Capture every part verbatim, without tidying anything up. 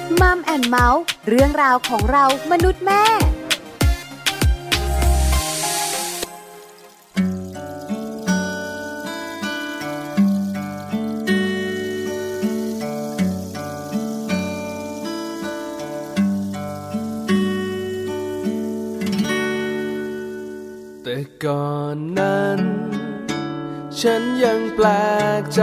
มัมแอนด์เมาส์เรื่องราวของเรามนุษย์แม่แต่ก่อนนั้นฉันยังแปลกใจ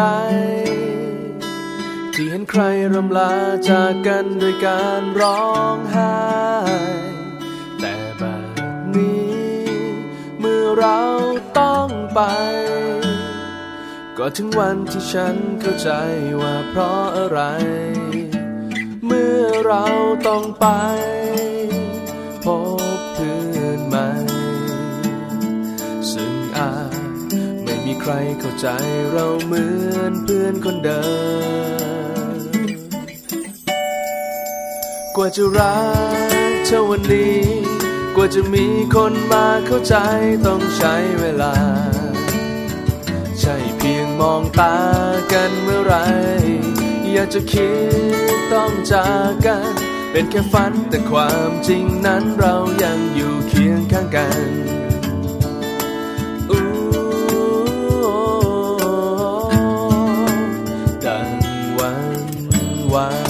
ที่เห็นใครรำลาจากกันด้วยการร้องไห้แต่บัดนี้เมื่อเราต้องไปก็ถึงวันที่ฉันเข้าใจว่าเพราะอะไรเมื่อเราต้องไปพบเพื่อนใหม่ซึ่งอาจไม่มีใครเข้าใจเราเหมือนเพื่อนคนเดิมกว่าจะรักเท่าวันนี้กว่าจะมีคนมาเข้าใจต้องใช้เวลาใช่เพียงมองตากันเมื่อไรอยากจะคิดต้องจากกันเป็นแค่ฝันแต่ความจริงนั้นเรายังอยู่เคียงข้างกันดังวันวาน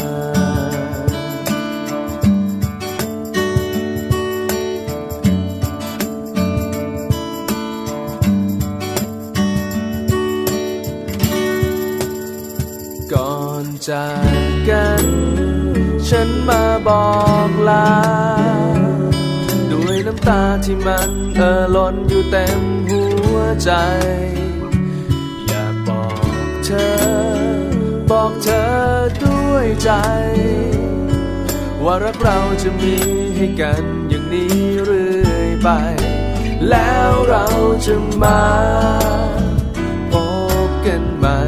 ก่อนจากกันฉันมาบอกลาด้วยน้ำตาที่มันเอ่อล้นอยู่เต็มหัวใจอยากบอกเธอบอกเธอด้วยใจว่ารักเราจะมีให้กันอย่างนี้เรื่อยไปแล้วเราจะมาพบกันใหม่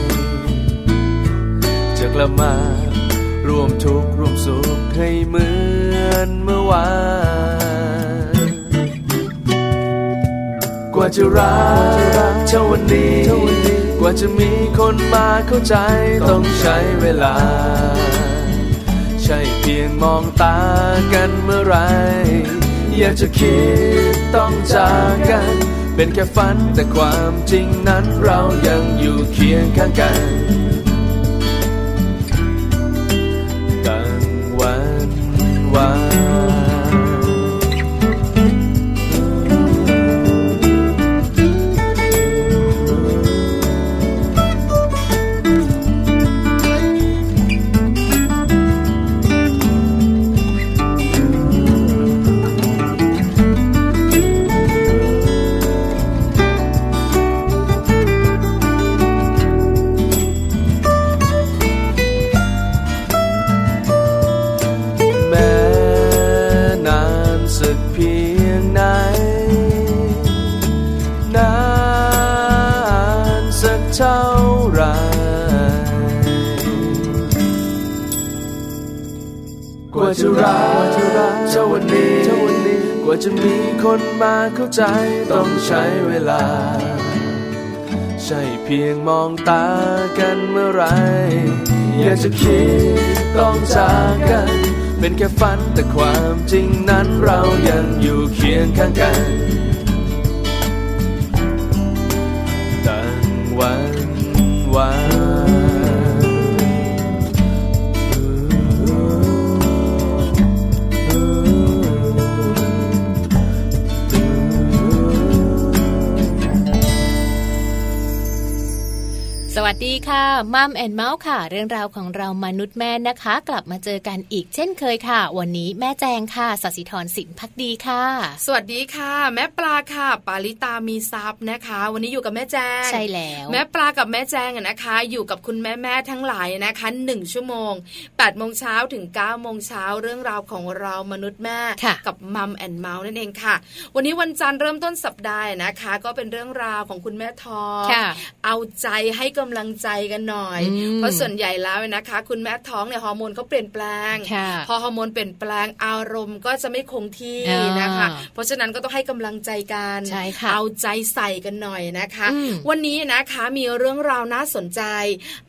จะกลับมารวมทุกข์รวมสุขให้เหมือนเมื่อวานกว่าจะรักเท่าวันนี้กว่าจะมีคนมาเข้าใจต้องใช้เวลาใช่เพียงมองตากันเมื่อไรอยากจะคิดต้องจากกันเป็นแค่ฝันแต่ความจริงนั้นเรายังอยู่เคียงข้างกันวันวานเท่าไรกว่าจะรักเท่าวันนี้กว่าจะมีคนมาเข้าใจต้องใช้เวลาใช่เพียงมองตากันเมื่อไรอยากจะคิดต้องจากกันเป็นแค่ฝันแต่ความจริงนั้นเรายังอยู่เคียงข้างกันวันวานสวัสดีค่ะมัมแอนด์เมาส์ค่ะเรื่องราวของเรามนุษย์แม่นะคะกลับมาเจอกันอีกเช่นเคยค่ะวันนี้แม่แจงค่ะศศิธรสินภักดีค่ะสวัสดีค่ะแม่ปลาค่ะปาริตามีซับนะคะวันนี้อยู่กับแม่แจงใช่แล้วแม่ปลากับแม่แจงนะคะอยู่กับคุณแม่แม่ทั้งหลายนะคะหนึ่งชั่วโมงแปดโมงเช้าถึงเก้าโมงเช้าเรื่องราวของเรามนุษย์แม่กับมัมแอนด์เมาส์นั่นเองค่ะวันนี้วันจันทร์เริ่มต้นสัปดาห์นะคะก็เป็นเรื่องราวของคุณแม่ทองเอาใจให้กำลังใจกันหน่อยเพราะส่วนใหญ่แล้วนะคะคุณแม่ท้องเนี่ยฮอร์โมนเขาเปลี่ยนแปลงพอฮอร์โมนเปลี่ยนแปลงอารมณ์ก็จะไม่คงที่นะคะเพราะฉะนั้นก็ต้องให้กำลังใจกันเอาใจใส่กันหน่อยนะคะวันนี้นะคะมีเรื่องราวน่าสนใจ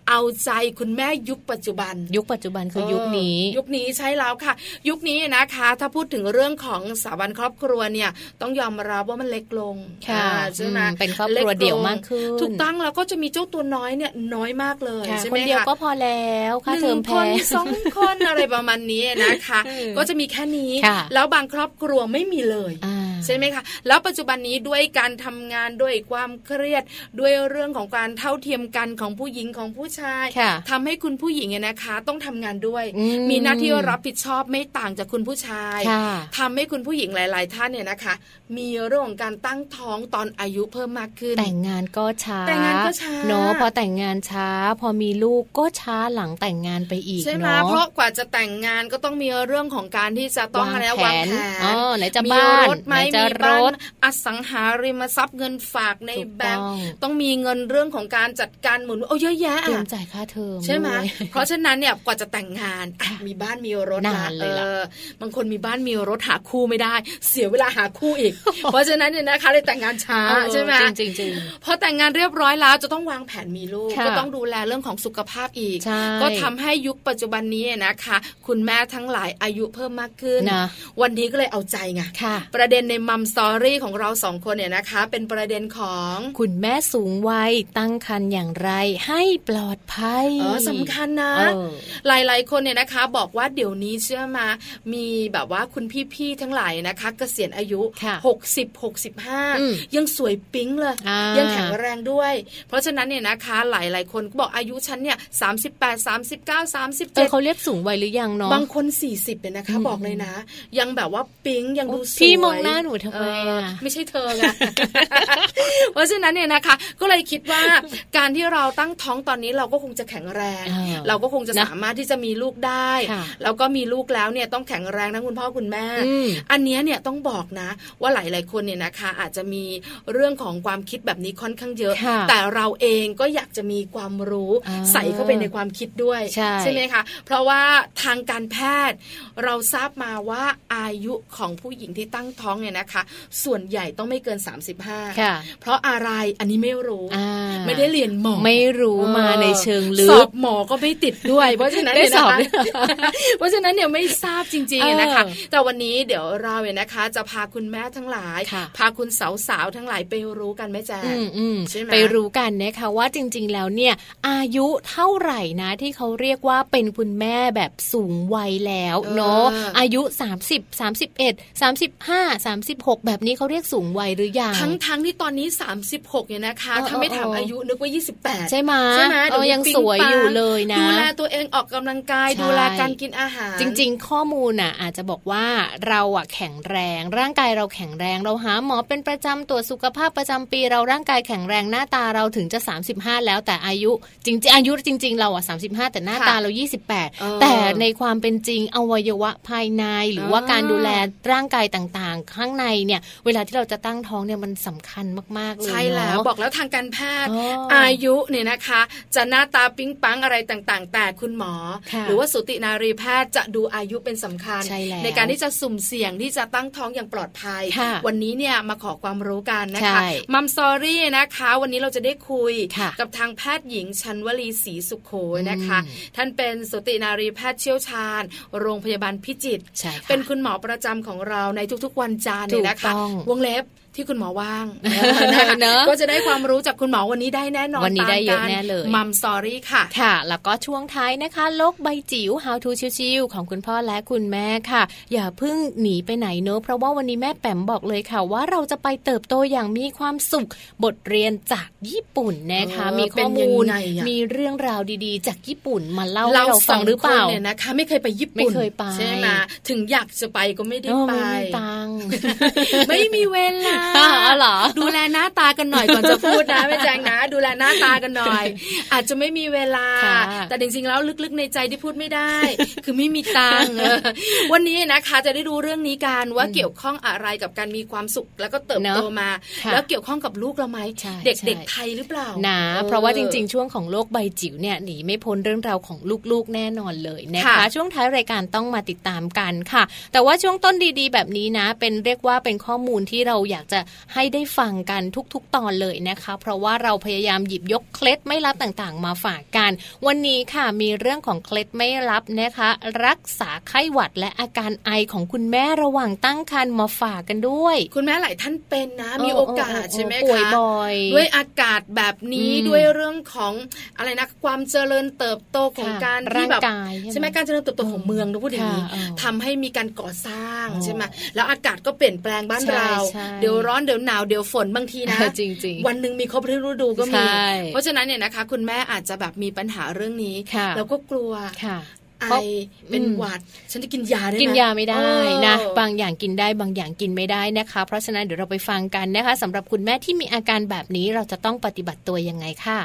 เอาใจคุณแม่ยุคปัจจุบันยุคปัจจุบันคือยุคนี้ยุคนี้ใช่แล้วค่ะยุคนี้นะคะถ้าพูดถึงเรื่องของสถาบันครอบครัวเนี่ยต้องยอมรับว่ามันเล็กลงใช่ไหมเป็นครอบครัวเดี่ยวมากขึ้นถูกต้องแล้วก็จะมีเจ้าตัวน้อยเนี่ยน้อยมากเลยใช่ไหมคะคนเดียวก็พอแล้วค่าเทอมแพงสองคนอะไรประมาณนี้นะคะก็จะมีแค่นี้แล้วบางครอบครัวไม่มีเลยใช่ไหมคะแล้วปัจจุบันนี้ด้วยการทำงานด้วยความเครียดด้วยเรื่องของการเท่าเทียมกันของผู้หญิงของผู้ชายทำให้คุณผู้หญิงเนี่ยนะคะต้องทำงานด้วยมีหน้าที่รับผิดชอบไม่ต่างจากคุณผู้ชายทำให้คุณผู้หญิงหลายๆท่านเนี่ยนะคะมีเรื่องของการตั้งท้องตอนอายุเพิ่มมากขึ้นแต่งงานก็ช้าแต่งงานก็ช้าเนาะพอแต่งงานช้าพอมีลูกก็ช้าหลังแต่งงานไปอีกใช่ไหมเพราะกว่าจะแต่งงานก็ต้องมีเรื่องของการที่จะต้องอะไรวางแผนอ๋อไหนจะบ้านไหนจะรถอสังหาริมทรัพย์เงินฝากในแบงก์ต้องมีเงินเรื่องของการจัดการหมุนโอ้เยอะแยะเตรียมจ่ายค่าเทอมใช่ไหมเพราะฉะนั้นเนี่ยกว่าจะแต่งงานมีบ้านมีรถนานเลยล่ะบางคนมีบ้านมีรถหาคู่ไม่ได้เสียเวลาหาคู่อีกเพราะฉะนั้นเนี่ยนะคะเลยแต่งงานช้าใช่ไหมจริงจริงพอแต่งงานเรียบร้อยแล้วจะต้องวางแผนมีลูกก็ต้องดูแลเรื่องของสุขภาพอีกก็ทำให้ยุคปัจจุบันนี้นะคะคุณแม่ทั้งหลายอายุเพิ่มมากขึ้นวันนี้ก็เลยเอาใจไงประเด็นในมัมสตอรี่ของเราสองคนเนี่ยนะคะเป็นประเด็นของคุณแม่สูงวัยตั้งครรภ์อย่างไรให้ปลอดภัยเออสำคัญนะหลายๆคนเนี่ยนะคะบอกว่าเดี๋ยวนี้เชื่อมามีแบบว่าคุณพี่ๆทั้งหลายนะคะเกษียณอายุหกสิบ หกสิบห้ายังสวยปิ๊งเลยยังแข็งแรงด้วยเพราะฉะนั้นเนี่ยนะคะหลายๆคนก็บอกอายุฉันเนี่ยสามสิบแปด สามสิบเก้า สามสิบเจ็ดเขาเรียกสูงวัยหรือยังเนาะบางคนสี่สิบเนี่ยนะคะบอกเลยนะยังแบบว่าปิ๊งยังดูสวยพี่มองหน้าหนูทำไมอ่ะไม่ใช่เธอไงเพราะฉะนั้นเนี่ยนะคะก็เลยคิดว่าการที่เราตั้งท้องตอนนี้เราก็คงจะแข็งแรงเราก็คงจะสามารถที่จะมีลูกได้แล้วก็มีลูกแล้วเนี่ยต้องแข็งแรงทั้งคุณพ่อคุณแม่อันนี้เนี่ยต้องบอกนะว่าหลายๆคนเนี่ยนะคะอาจจะมีเรื่องของความคิดแบบนี้ค่อนข้างเยอะแต่เราเองก็อยากจะมีความรู้ใส่เข้าไปในความคิดด้วยใช่ไหมคะเพราะว่าทางการแพทย์เราทราบมาว่าอายุของผู้หญิงที่ตั้งท้องเนี่ยนะคะส่วนใหญ่ต้องไม่เกินสามสิบห้าเพราะอะไรอันนี้ไม่รู้ไม่ได้เรียนหมอไม่รู้มาในเชิงลึกสอบหมอก็ไม่ติดด้วยเพราะฉะนั้นเนี่ยนะคะเพราะฉะนั้นเนี่ยไม่ทราบจริงๆนะคะแต่วันนี้เดี๋ยวเราเนี่ยนะคะจะพาคุณแม่ทั้งหลายพาคุณสาวๆทั้งหลายไปรู้กันแม่แจ๊ใช่ไหมไปรู้กันนะคะว่าจริงๆแล้วเนี่ยอายุเท่าไหร่นะที่เขาเรียกว่าเป็นคุณแม่แบบสูงวัยแล้วเนาะอายุสามสิบ สามสิบเอ็ด สามสิบห้า สามสิบหกแบบนี้เขาเรียกสูงวัยหรือยังทั้งๆที่ตอนนี้สามสิบหกเนี่ยนะคะถ้าไม่ถามอายุนึกว่ายี่สิบแปดใช่ไหมใช่ไหมยังสวยอยู่เลยนะดูแลตัวเองออกกำลังกายดูแลการกินอาหารจริงๆข้อมูลน่ะอาจจะบอกว่าเราอ่ะแข็งแรงร่างกายเราแข็งแรงเราหาหมอเป็นประจำตรวจสุขภาพประจำปีเราร่างกายแข็งแรงหน้าตาเราถึงจะสามสิบห้าแล้วแต่อายุจริงๆอายุจริงๆเราอ่ะสามสิบห้าแต่หน้าตาเรายี่สิบแปดแต่ในความเป็นจริงอวัยวะภายในหรือว่าการดูแลร่างกายต่างๆข้างในเนี่ยเวลาที่เราจะตั้งท้องเนี่ยมันสำคัญมากๆเลยใช่แล้วบอกแล้วทางการแพทย์อายุเนี่ยนะคะจะหน้าตาปิ๊งปังอะไรต่างๆแต่คุณหมอหรือว่าสูตินารีแพทย์จะดูอายุเป็นสำคัญใ, ในการที่จะสุ่มเสี่ยงที่จะตั้งท้องอย่างปลอดภัยวันนี้เนี่ยมาขอความรู้กันนะคะมัมสตอรี่นะคะวันนี้เราจะได้คุยกับทางแพทย์หญิงชันวลีศรีสุขโขนะคะท่านเป็นสูตินารีแพทย์เชี่ยวชาญโรงพยาบาลพิจิตรเป็นคุณหมอประจำของเราในทุกๆวันจันทร์เนี่ยนะคะวงเล็บที่คุณหมอว่างก็จะได้ความรู้จากคุณหมอวันนี้ได้แน่นอนวันนี้ได้เยอะแน่เลยมัมสตอรี่ค่ะค่ะแล้วก็ช่วงท้ายนะคะโลกใบจิ๋ว How to ชิวๆของคุณพ่อและคุณแม่ค่ะอย่าเพิ่งหนีไปไหนเนอะเพราะว่าวันนี้แม่แป๋มบอกเลยค่ะว่าเราจะไปเติบโตอย่างมีความสุขบทเรียนจากญี่ปุ่นนะคะมีข้อมูลมีเรื่องราวดีๆจากญี่ปุ่นมาเล่าให้เราฟังหรือเปล่าเนี่ยนะคะไม่เคยไปญี่ปุ่นไม่เคยไปใช่ไหมถึงอยากจะไปก็ไม่ได้ไปไม่มีตังค์ไม่มีเวลาดูแลหน้าตากันหน่อยก่อนจะพูดนะแม่แจงนะดูแลหน้าตากันหน่อยอาจจะไม่มีเวลาแต่จริงๆแล้วลึกๆในใจที่พูดไม่ได้คือไม่มีตังค์วันนี้นะคะจะได้รู้เรื่องนี้กันว่าเกี่ยวข้องอะไรกับการมีความสุขแล้วก็เติบโตมาแล้วเกี่ยวข้องกับลูกเราไหมเด็กๆไทยหรือเปล่านะเพราะว่าจริงๆช่วงของโลกใบจิ๋วเนี่ยหนีไม่พ้นเรื่องราวของลูกๆแน่นอนเลยนะคะช่วงท้ายรายการต้องมาติดตามกันค่ะแต่ว่าช่วงต้นดีๆแบบนี้นะเป็นเรียกว่าเป็นข้อมูลที่เราอยากจะจะให้ได้ฟังกันทุกๆตอนเลยนะคะเพราะว่าเราพยายามหยิบยกเคล็ดไม่ลับต่างๆมาฝากกันวันนี้ค่ะมีเรื่องของเคล็ดไม่ลับนะคะรักษาไข้หวัดและอาการไอของคุณแม่ระหว่างตั้งครรภ์มาฝากกันด้วยคุณแม่หลายท่านเป็นนะมีโอกาสใช่ไหมคะป่วยบ่อยด้วยอากาศแบบนี้ด้วยเรื่องของอะไรนะความเจริญเติบโตของการที่แบบใช่ไหมการเจริญเติบโตของเมืองนะพูดอย่างนี้ทำให้มีการก่อสร้างใช่ไหมแล้วอากาศก็เปลี่ยนแปลงบ้านเราเดี๋ยวร้อนเดี๋ยวหนาวเดี๋ยวฝนบางทีนะจริงๆวันนึงมีครบฤดูก็มีเพราะฉะนั้นเนี่ยนะคะคุณแม่อาจจะแบบมีปัญหาเรื่องนี้แล้วก็กลัวไอเป็นหวัดฉันจะกินยาได้ไหมกินยาไม่ได้นะบางอย่างกินได้บางอย่างกินไม่ได้นะคะเพราะฉะนั้นเดี๋ยวเราไปฟังกันนะคะสำหรับคุณแม่ที่มีอาการแบบนี้เราจะต้องปฏิบัติตัวยังไงค่ะ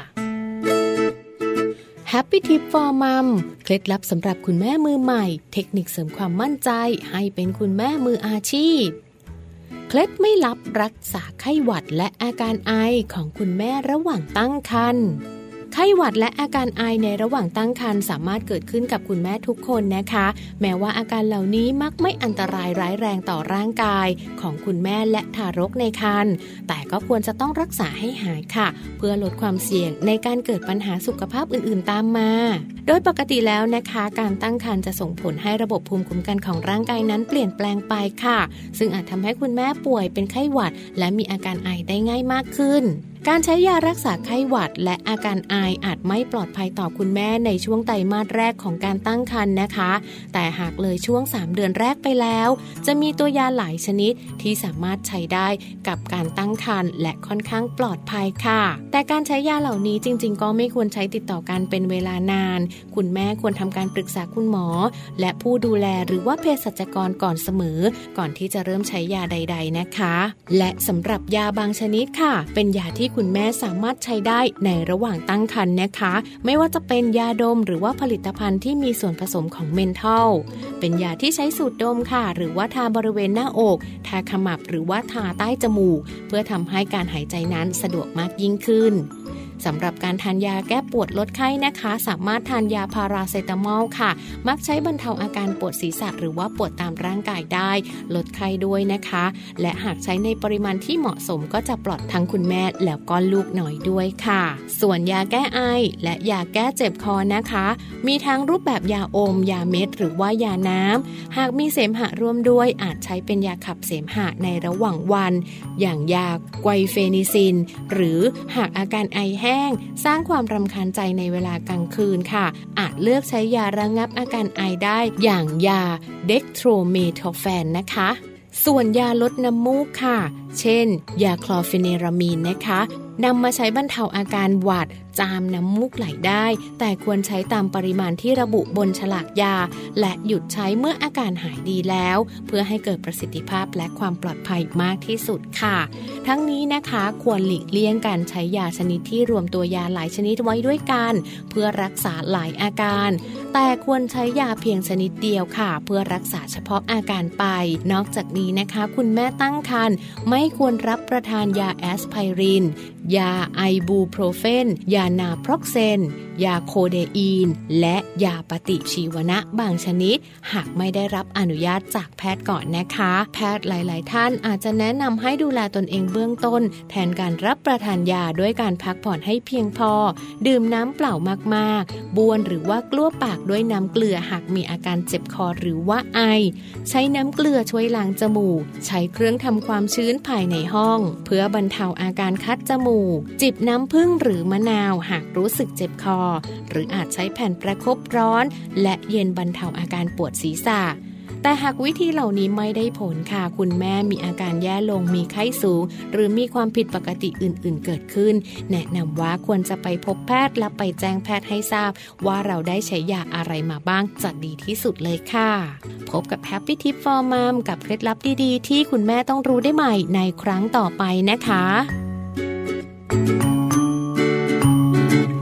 Happy Tip for Mom เคล็ดลับสำหรับคุณแม่มือใหม่เทคนิคเสริมความมั่นใจให้เป็นคุณแม่มืออาชีพเคล็ดไม่ลับรักษาไข้หวัดและอาการไอของคุณแม่ระหว่างตั้งครรภ์ไข้หวัดและอาการไอในระหว่างตั้งครรภ์สามารถเกิดขึ้นกับคุณแม่ทุกคนนะคะแม้ว่าอาการเหล่านี้มักไม่อันตรายร้ายแรงต่อร่างกายของคุณแม่และทารกในครรภ์แต่ก็ควรจะต้องรักษาให้หายค่ะเพื่อลดความเสี่ยงในการเกิดปัญหาสุขภาพอื่นๆตามมาโดยปกติแล้วนะคะการตั้งครรภ์จะส่งผลให้ระบบภูมิคุ้มกันของร่างกายนั้นเปลี่ยนแปลงไปค่ะซึ่งอาจทำให้คุณแม่ป่วยเป็นไข้หวัดและมีอาการไอได้ง่ายมากขึ้นการใช้ยารักษาไข้หวัดและอาการไออาจไม่ปลอดภัยต่อคุณแม่ในช่วงไตรมาสแรกของการตั้งครรภ์นะคะแต่หากเลยช่วงสามเดือนแรกไปแล้วจะมีตัวยาหลายชนิดที่สามารถใช้ได้กับการตั้งครรภ์และค่อนข้างปลอดภัยค่ะแต่การใช้ยาเหล่านี้จริงๆก็ไม่ควรใช้ติดต่อกันเป็นเวลานานคุณแม่ควรทำการปรึกษาคุณหมอและผู้ดูแลหรือว่าเภสัชกรก่อนเสมอก่อนที่จะเริ่มใช้ยาใดๆนะคะและสำหรับยาบางชนิดค่ะเป็นยาที่คุณแม่สามารถใช้ได้ในระหว่างตั้งครรภ์นะคะไม่ว่าจะเป็นยาดมหรือว่าผลิตภัณฑ์ที่มีส่วนผสมของเมนทอลเป็นยาที่ใช้สูดดมค่ะหรือว่าทาบริเวณหน้าอกทาขมับหรือว่าทาใต้จมูกเพื่อทำให้การหายใจนั้นสะดวกมากยิ่งขึ้นสำหรับการทานยาแก้ปวดลดไข้นะคะสามารถทานยาพาราเซตามอลค่ะมักใช้บรรเทาอาการปวดศีรษะหรือว่าปวดตามร่างกายได้ลดไข้ด้วยนะคะและหากใช้ในปริมาณที่เหมาะสมก็จะปลอดทั้งคุณแม่แล้วก็ลูกน้อยด้วยค่ะส่วนยาแก้ไอและยาแก้เจ็บคอนะคะมีทั้งรูปแบบยาอมยาเม็ดหรือว่ายาน้ำหากมีเสมหะร่วมด้วยอาจใช้เป็นยาขับเสมหะในระหว่างวันอย่างยาไกวเฟนิซินหรือหากอาการไอแห้งสร้างความรำคาญใจในเวลากลางคืนค่ะอาจเลือกใช้ยาระงับอาการไอได้อย่างยาเด็กโทรเมทอแฟนนะคะส่วนยาลดน้ำมูกค่ะเช่นยาคลอฟิเนรามีนนะคะนำมาใช้บรรเทาอาการหวัดจามน้ำมูกไหลได้แต่ควรใช้ตามปริมาณที่ระบุบนฉลากยาและหยุดใช้เมื่ออาการหายดีแล้วเพื่อให้เกิดประสิทธิภาพและความปลอดภัยมากที่สุดค่ะทั้งนี้นะคะควรหลีกเลี่ยงการใช้ยาชนิดที่รวมตัวยาหลายชนิดไว้ด้วยกันเพื่อรักษาหลายอาการแต่ควรใช้ยาเพียงชนิดเดียวค่ะเพื่อรักษาเฉพาะอาการไปนอกจากนี้นะคะคุณแม่ตั้งครรภ์ไม่ควรรับประทานยาแอสไพรินยาไอบูโพรเฟนยานาโพรอกเซนยาโคเดอีนและยาปฏิชีวนะบางชนิดหากไม่ได้รับอนุญาตจากแพทย์ก่อนนะคะแพทย์หลายๆท่านอาจจะแนะนำให้ดูแลตนเองเบื้องต้นแทนการรับประทานยาด้วยการพักผ่อนให้เพียงพอดื่มน้ำเปล่ามากๆบ้วนหรือว่ากลั้วปากด้วยน้ำเกลือหากมีอาการเจ็บคอหรือว่าไอใช้น้ำเกลือช่วยล้างจมูกใช้เครื่องทำความชื้นภายในห้องเพื่อบรรเทาอาการคัดจมูกจิบน้ำผึ้งหรือมะนาวหากรู้สึกเจ็บคอหรืออาจใช้แผ่นประคบร้อนและเย็นบรรเทาอาการปวดศีรษะแต่หากวิธีเหล่านี้ไม่ได้ผลค่ะคุณแม่มีอาการแย่ลงมีไข้สูงหรือมีความผิดปกติอื่นๆเกิดขึ้นแนะนำว่าควรจะไปพบแพทย์และไปแจ้งแพทย์ให้ทราบว่าเราได้ใช้ยาอะไรมาบ้างจะดีที่สุดเลยค่ะพบกับ Happy Tip for Mom กับเคล็ดลับดีๆที่คุณแม่ต้องรู้ได้ใหม่ในครั้งต่อไปนะคะ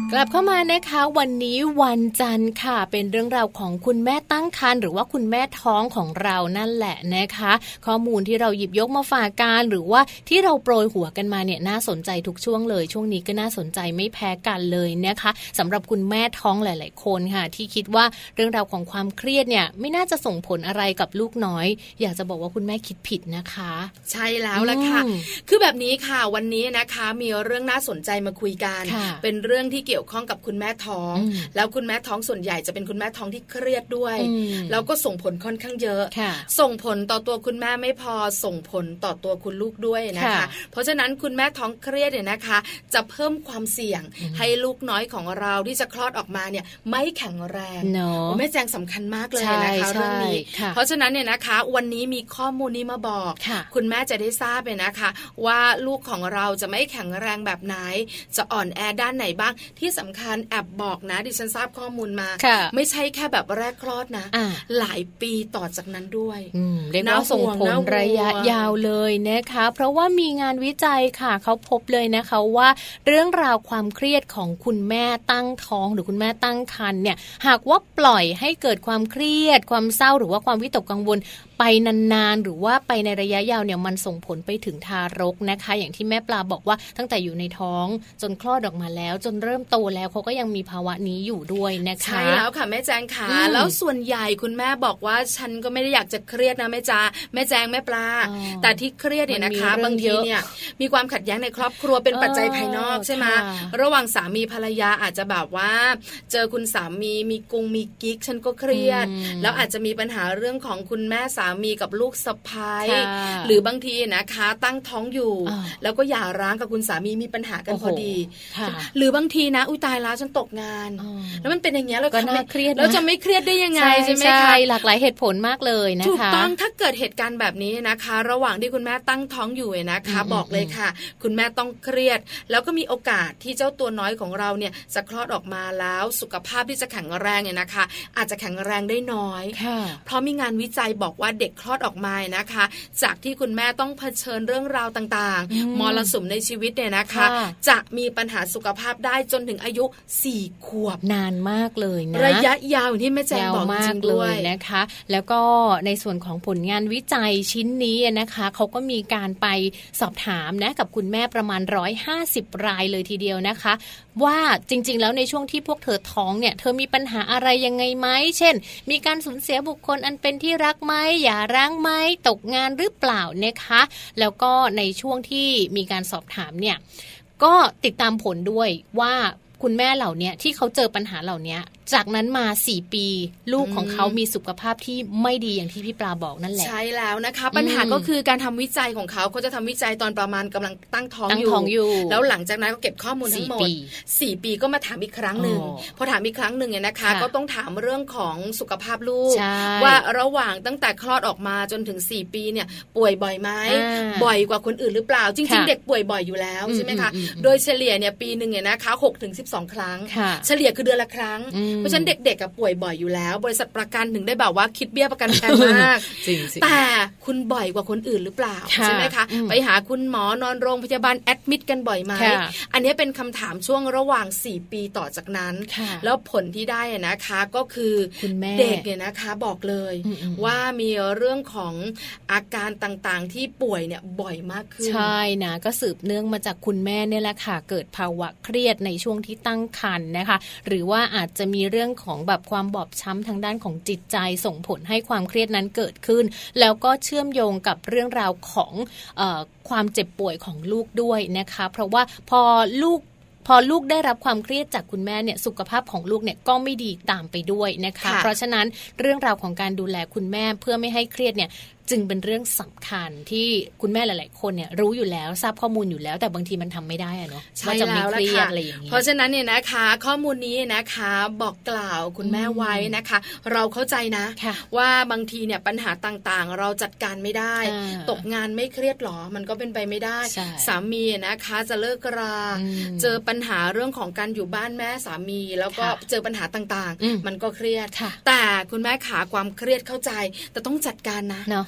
กลับเข้ามานะคะวันนี้วันจันทร์ค่ะเป็นเรื่องราวของคุณแม่ตั้งครรภ์หรือว่าคุณแม่ท้องของเรานั่นแหละนะคะข้อมูลที่เราหยิบยกมาฝากกันหรือว่าที่เราโปรยหัวกันมาเนี่ยน่าสนใจทุกช่วงเลยช่วงนี้ก็น่าสนใจไม่แพ้กันเลยนะคะสำหรับคุณแม่ท้องหลายๆคนค่ะที่คิดว่าเรื่องราวของความเครียดเนี่ยไม่น่าจะส่งผลอะไรกับลูกน้อยอยากจะบอกว่าคุณแม่คิดผิดนะคะใช่แล้วล่ะค่ะคือแบบนี้ค่ะวันนี้นะคะมีเรื่องน่าสนใจมาคุยกันเป็นเรื่องที่เกี่ยวข้องกับคุณแม่ท้องแล้วคุณแม่ท้องส่วนใหญ่จะเป็นคุณแม่ท้องที่เครียดด้วยแล้วก็ส่งผลค่อนข้างเยอะส่งผลต่อตัวคุณแม่ไม่พอส่งผลต่อตัวคุณลูกด้วยนะคะเพราะฉะนั้นคุณแม่ท้องเครียดเนี่ยนะคะจะเพิ่มความเสี่ยงให้ลูกน้อยของเราที่จะคลอดออกมาเนี่ยไม่แข็งแรง no. แม่แจงสำคัญมากเลยนะคะเรื่องนี้เพราะฉะนั้นเนี่ยนะคะวันนี้มีข้อมูลนี้มาบอกคุณแม่จะได้ทราบเลยนะคะว่าลูกของเราจะไม่แข็งแรงแบบไหนจะอ่อนแอด้านไหนบ้างที่สำคัญแอบบอกนะดิฉันทราบข้อมูลมาไม่ใช่แค่แบบแรกคลอดนะหลายปีต่อจากนั้นด้วยเรียกว่าส่งผลระยะยาวเลยนะคะเพราะว่ามีงานวิจัยค่ะเขาพบเลยนะคะว่าเรื่องราวความเครียดของคุณแม่ตั้งท้องหรือคุณแม่ตั้งครรภ์เนี่ยหากว่าปล่อยให้เกิดความเครียดความเศร้าหรือว่าความวิตกกังวลไปนานๆหรือว่าไปในระยะยาวเนี่ยมันส่งผลไปถึงทารกนะคะอย่างที่แม่ปลาบอกว่าตั้งแต่อยู่ในท้องจนคลอดออกมาแล้วจนเริ่มโตแล้วเขาก็ยังมีภาวะนี้อยู่ด้วยนะคะใช่แล้วค่ะแม่แจงค่ะแล้วส่วนใหญ่คุณแม่บอกว่าฉันก็ไม่ได้อยากจะเครียดนะแม่จ้าแม่แจงแม่ปลาแต่ที่เครียดเนี่ยนะคะบางทีเนี่ยมีความขัดแย้งในครอบครัวเป็นปัจจัยภายนอกใช่ไหมระหว่างสามีภรรยาอาจจะแบบว่าเจอคุณสามีมีกุงมีกิ๊กฉันก็เครียดแล้วอาจจะมีปัญหาเรื่องของคุณแม่สามีกับลูกสะใภ้หรือบางทีนะคะตั้งท้องอยู่แล้วก็หย่าร้างกับคุณสามีมีปัญหากันพอดีหรือบางทีนะอุ้ยตายแล้วฉันตกงานแล้วมันเป็นอย่างเงี้ยเราก็น่าเครียดแล้วจะไม่เครียดได้ยังไงใช่ไหมคะหลากหลายเหตุผลมากเลยนะคะถูกต้องถ้าเกิดเหตุการณ์แบบนี้นะคะระหว่างที่คุณแม่ตั้งท้องอยู่นะคะบอกเลยค่ะคุณแม่ต้องเครียดแล้วก็มีโอกาสที่เจ้าตัวน้อยของเราเนี่ยจะคลอดออกมาแล้วสุขภาพที่จะแข็งแรงเนี่ยนะคะอาจจะแข็งแรงได้น้อยเพราะมีงานวิจัยบอกว่าเด็กคลอดออกมานะคะจากที่คุณแม่ต้องเผชิญเรื่องราวต่างๆมรสุมในชีวิตเนี่ยนะคะจะมีปัญหาสุขภาพได้จนถึงอายุสี่ขวบนานมากเลยนะระยะยาวที่แม่แจงบอกจริงด้วยนะคะแล้วก็ในส่วนของผลงานวิจัยชิ้นนี้นะคะเขาก็มีการไปสอบถามนะกับคุณแม่ประมาณหนึ่งร้อยห้าสิบรายเลยทีเดียวนะคะว่าจริงๆแล้วในช่วงที่พวกเธอท้องเนี่ยเธอมีปัญหาอะไรยังไงไหมเช่นมีการสูญเสียบุคคลอันเป็นที่รักไหมหย่าร้างไหมตกงานหรือเปล่านะคะแล้วก็ในช่วงที่มีการสอบถามเนี่ยก็ติดตามผลด้วยว่าคุณแม่เหล่านี้ที่เขาเจอปัญหาเหล่านี้จากนั้นมาสี่ปีลูกของเขามีสุขภาพที่ไม่ดีอย่างที่พี่ปลาบอกนั่นแหละใช่แล้วนะคะปัญหาก็คือการทำวิจัยของเขาเขาจะทำวิจัยตอนประมาณกำลังตั้งท้องอยู่แล้วหลังจากนั้นก็เก็บข้อมูลทั้งหมดสี่ปีก็มาถามอีกครั้งหนึ่งพอถามอีกครั้งหนึ่งเนี่ยนะคะก็ต้องถามเรื่องของสุขภาพลูกว่าระหว่างตั้งแต่คลอดออกมาจนถึงสี่ปีเนี่ยป่วยบ่อยไหมบ่อยกว่าคนอื่นหรือเปล่าจริงๆเด็กป่วยบ่อยอยู่แล้วใช่ไหมคะโดยเฉลี่ยเนี่ยปีนึงเนี่ยนะคะหกถึงสิบสองครั้งเฉลี่ยคือเดือนละครั้งเพราะฉะนั้นเด็กๆกับป่วยบ่อยอยู่แล้วบริษัทประกันถึงได้แบบว่าคิดเบี้ยประกันแพงมากแต่คุณบ่อยกว่าคนอื่นหรือเปล่าใช่ไหมคะไปหาคุณหมอนอนโรงพยาบาลแอดมิดกันบ่อยไหมอันนี้เป็นคำถามช่วงระหว่างสี่ปีต่อจากนั้นแล้วผลที่ได้นะคะก็คือเด็กเนี่ยนะคะบอกเลยว่ามีเรื่องของอาการต่างๆที่ป่วยเนี่ยบ่อยมากขึ้นใช่นะก็สืบเนื่องมาจากคุณแม่เนี่ยแหละค่ะเกิดภาวะเครียดในช่วงที่ตั้งครรภ์นะคะหรือว่าอาจจะมีเรื่องของแบบความบอบช้ำทางด้านของจิตใจส่งผลให้ความเครียดนั้นเกิดขึ้นแล้วก็เชื่อมโยงกับเรื่องราวของเอ่อความเจ็บป่วยของลูกด้วยนะคะเพราะว่าพอลูกพอลูกได้รับความเครียดจากคุณแม่เนี่ยสุขภาพของลูกเนี่ยก็ไม่ดีตามไปด้วยนะคะเพราะฉะนั้นเรื่องราวของการดูแลคุณแม่เพื่อไม่ให้เครียดเนี่ยจึงเป็นเรื่องสำคัญที่คุณแม่หลายๆคนเนี่ยรู้อยู่แล้วทราบข้อมูลอยู่แล้วแต่บางทีมันทำไม่ได้อะเนาะว่าจะไม่เครียดอะไรอย่างนี้เพราะฉะนั้นเนี่ยนะคะข้อมูลนี้นะคะบอกกล่าวคุณแม่ไว้นะคะเราเข้าใจนะว่าบางทีเนี่ยปัญหาต่างๆเราจัดการไม่ได้ตกงานไม่เครียดหรอมันก็เป็นไปไม่ได้สามีนะคะจะเลิกราเจอปัญหาเรื่องของการอยู่บ้านแม่สามีแล้วก็เจอปัญหาต่างๆมันก็เครียดแต่คุณแม่ขาความเครียดเข้าใจแต่ต้องจัดการนะ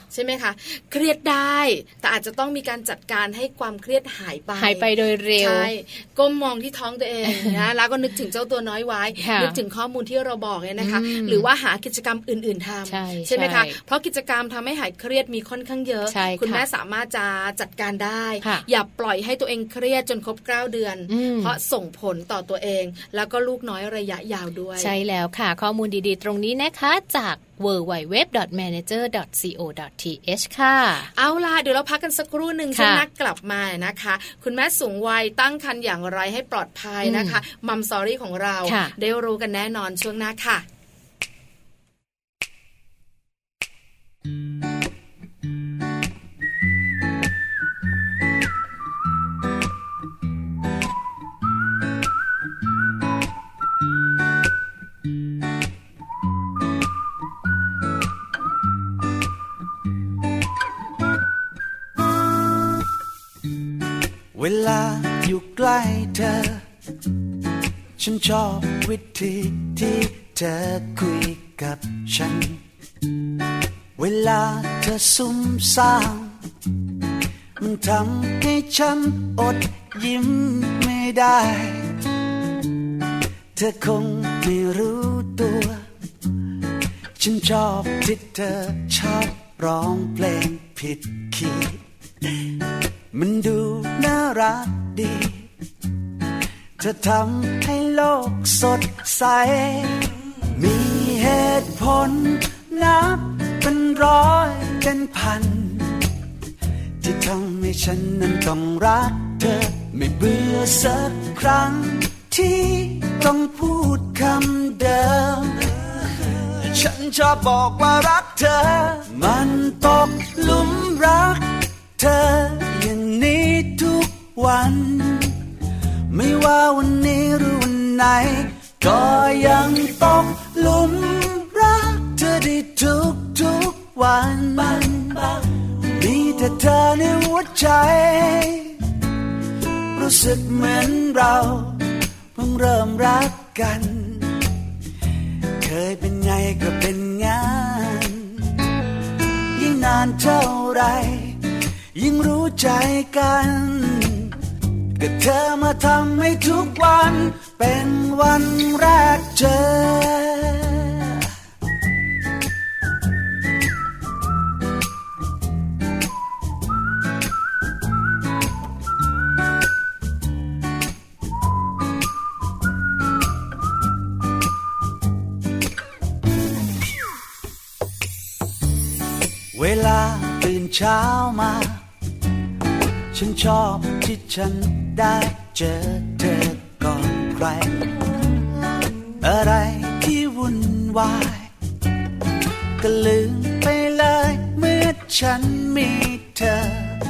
ใช่ไหมคะเครียดได้แต่อาจจะต้องมีการจัดการให้ความเครียดหายไปหายไปโดยเร็วใช่ก้มมองที่ท้องตัวเองนะแล้วก็นึกถึงเจ้าตัวน้อยไว้นึกถึงข้อมูลที่เราบอกเนี่ยนะคะหรือว่าหากิจกรรมอื่นๆทำใช่ใช่ไหมคะเพราะกิจกรรมทำให้หายเครียดมีค่อนข้างเยอะคุณแม่สามารถจะจัดการได้อย่าปล่อยให้ตัวเองเครียดจนครบเก้าเดือนเพราะส่งผลต่อตัวเองแล้วก็ลูกน้อยระยะยาวด้วยใช่แล้วค่ะข้อมูลดีๆตรงนี้นะคะจาก ดับเบิลยู ดับเบิลยู ดับเบิลยู ดอท แมเนเจอร์ ดอท ซี โอ ดอท ที เอช ค่ะเอาล่ะเดี๋ยวเราพักกันสักครู่หนึ่งช่วงหน้ากลับมานะคะคุณแม่สูงวัยตั้งครรภ์อย่างไรให้ปลอดภัยนะคะมัมสอรี่ของเราได้รู้กันแน่นอนช่วงหน้าค่ะเวลาอยู่ใกล้เธอฉันชอบวิธีที่เธอคุยกับฉันเวลาเธอซุ่มซ่ามมันทำให้ฉันอดยิ้มไม่ได้เธอคงไม่รู้ตัวฉันชอบที่เธอชอบร้องเพลงผิดคีย์มันดูน่ารักดีเธอทำให้โลกสดใสมีเหตุผลนับเป็นร้อยเป็นพันที่ทำให้ฉันนั้นต้องรักเธอไม่เบื่อสักครั้งที่ต้องพูดคำเดิมฉันชอบบอกว่ารักเธอมันตกหลุมรักเธออย่างนี้ทุกวันไม่ว่าวันนี้หรือวันไหนก็ยังต้องหลุมรักเธอได้ทุกทุกวันมีแต่เธอในหัวใจรู้สึกเหมือนเราเพิ่งเริ่มรักกันเคยเป็นไงก็เป็นงั้นยิ่งนานเท่าไรยิ่งรู้ใจกันก็เธอมาทำให้ทุกวันเป็นวันแรกเจอเวลาตื่นเช้ามาฉันชอบที่ฉันได้เจอเธอก่อนใครอะไรที่วุ่นวายก็ลืมไปเลยเมื่อฉันมีเธอ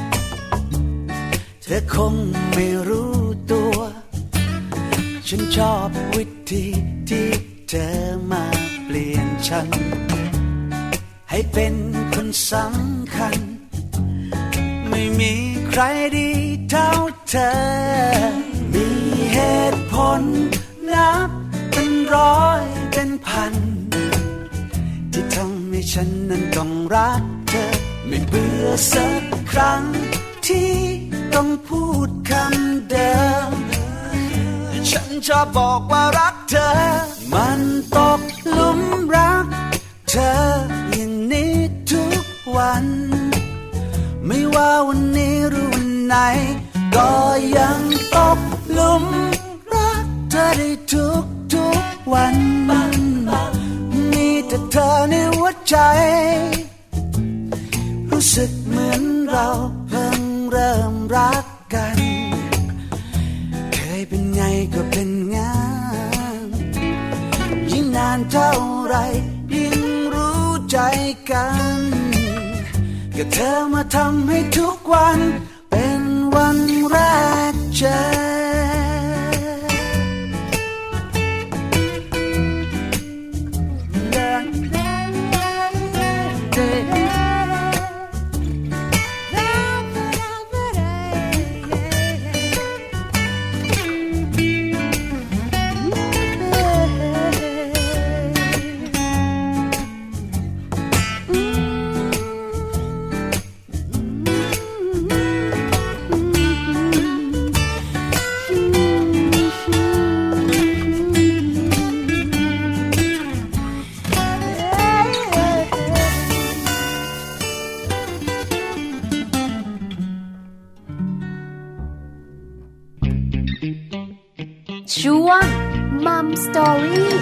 เธอคงไม่รู้ตัวฉันชอบวิธีที่เธอมาเปลี่ยนฉันให้เป็นคนสำคัญไม่มีใครดีเท่าเธอมีเหตุผลนับเป็นร้อยเป็นพันที่ทำให้ฉันนั้นต้องรักเธอไม่เบื่อสักครั้งที่ต้องพูดคำเดิมฉันชอบบอกว่ารักเธอมันตกหลุมรักเธออย่างนี้ทุกวันไม่ว่าวันนี้หรือวันไหนก็ยังตกหลุมรักเธอได้ทุกทุกวันมีแต่เธอในหัวใจรู้สึกเหมือนเราเพิ่งเริ่มรักกันเคยเป็นไงก็เป็นงั้นยิ่งนานเท่าไรยิ่งรู้ใจกันก็เธอมาทำให้ทุกวันเป็นวันแรกเจอสตอรี่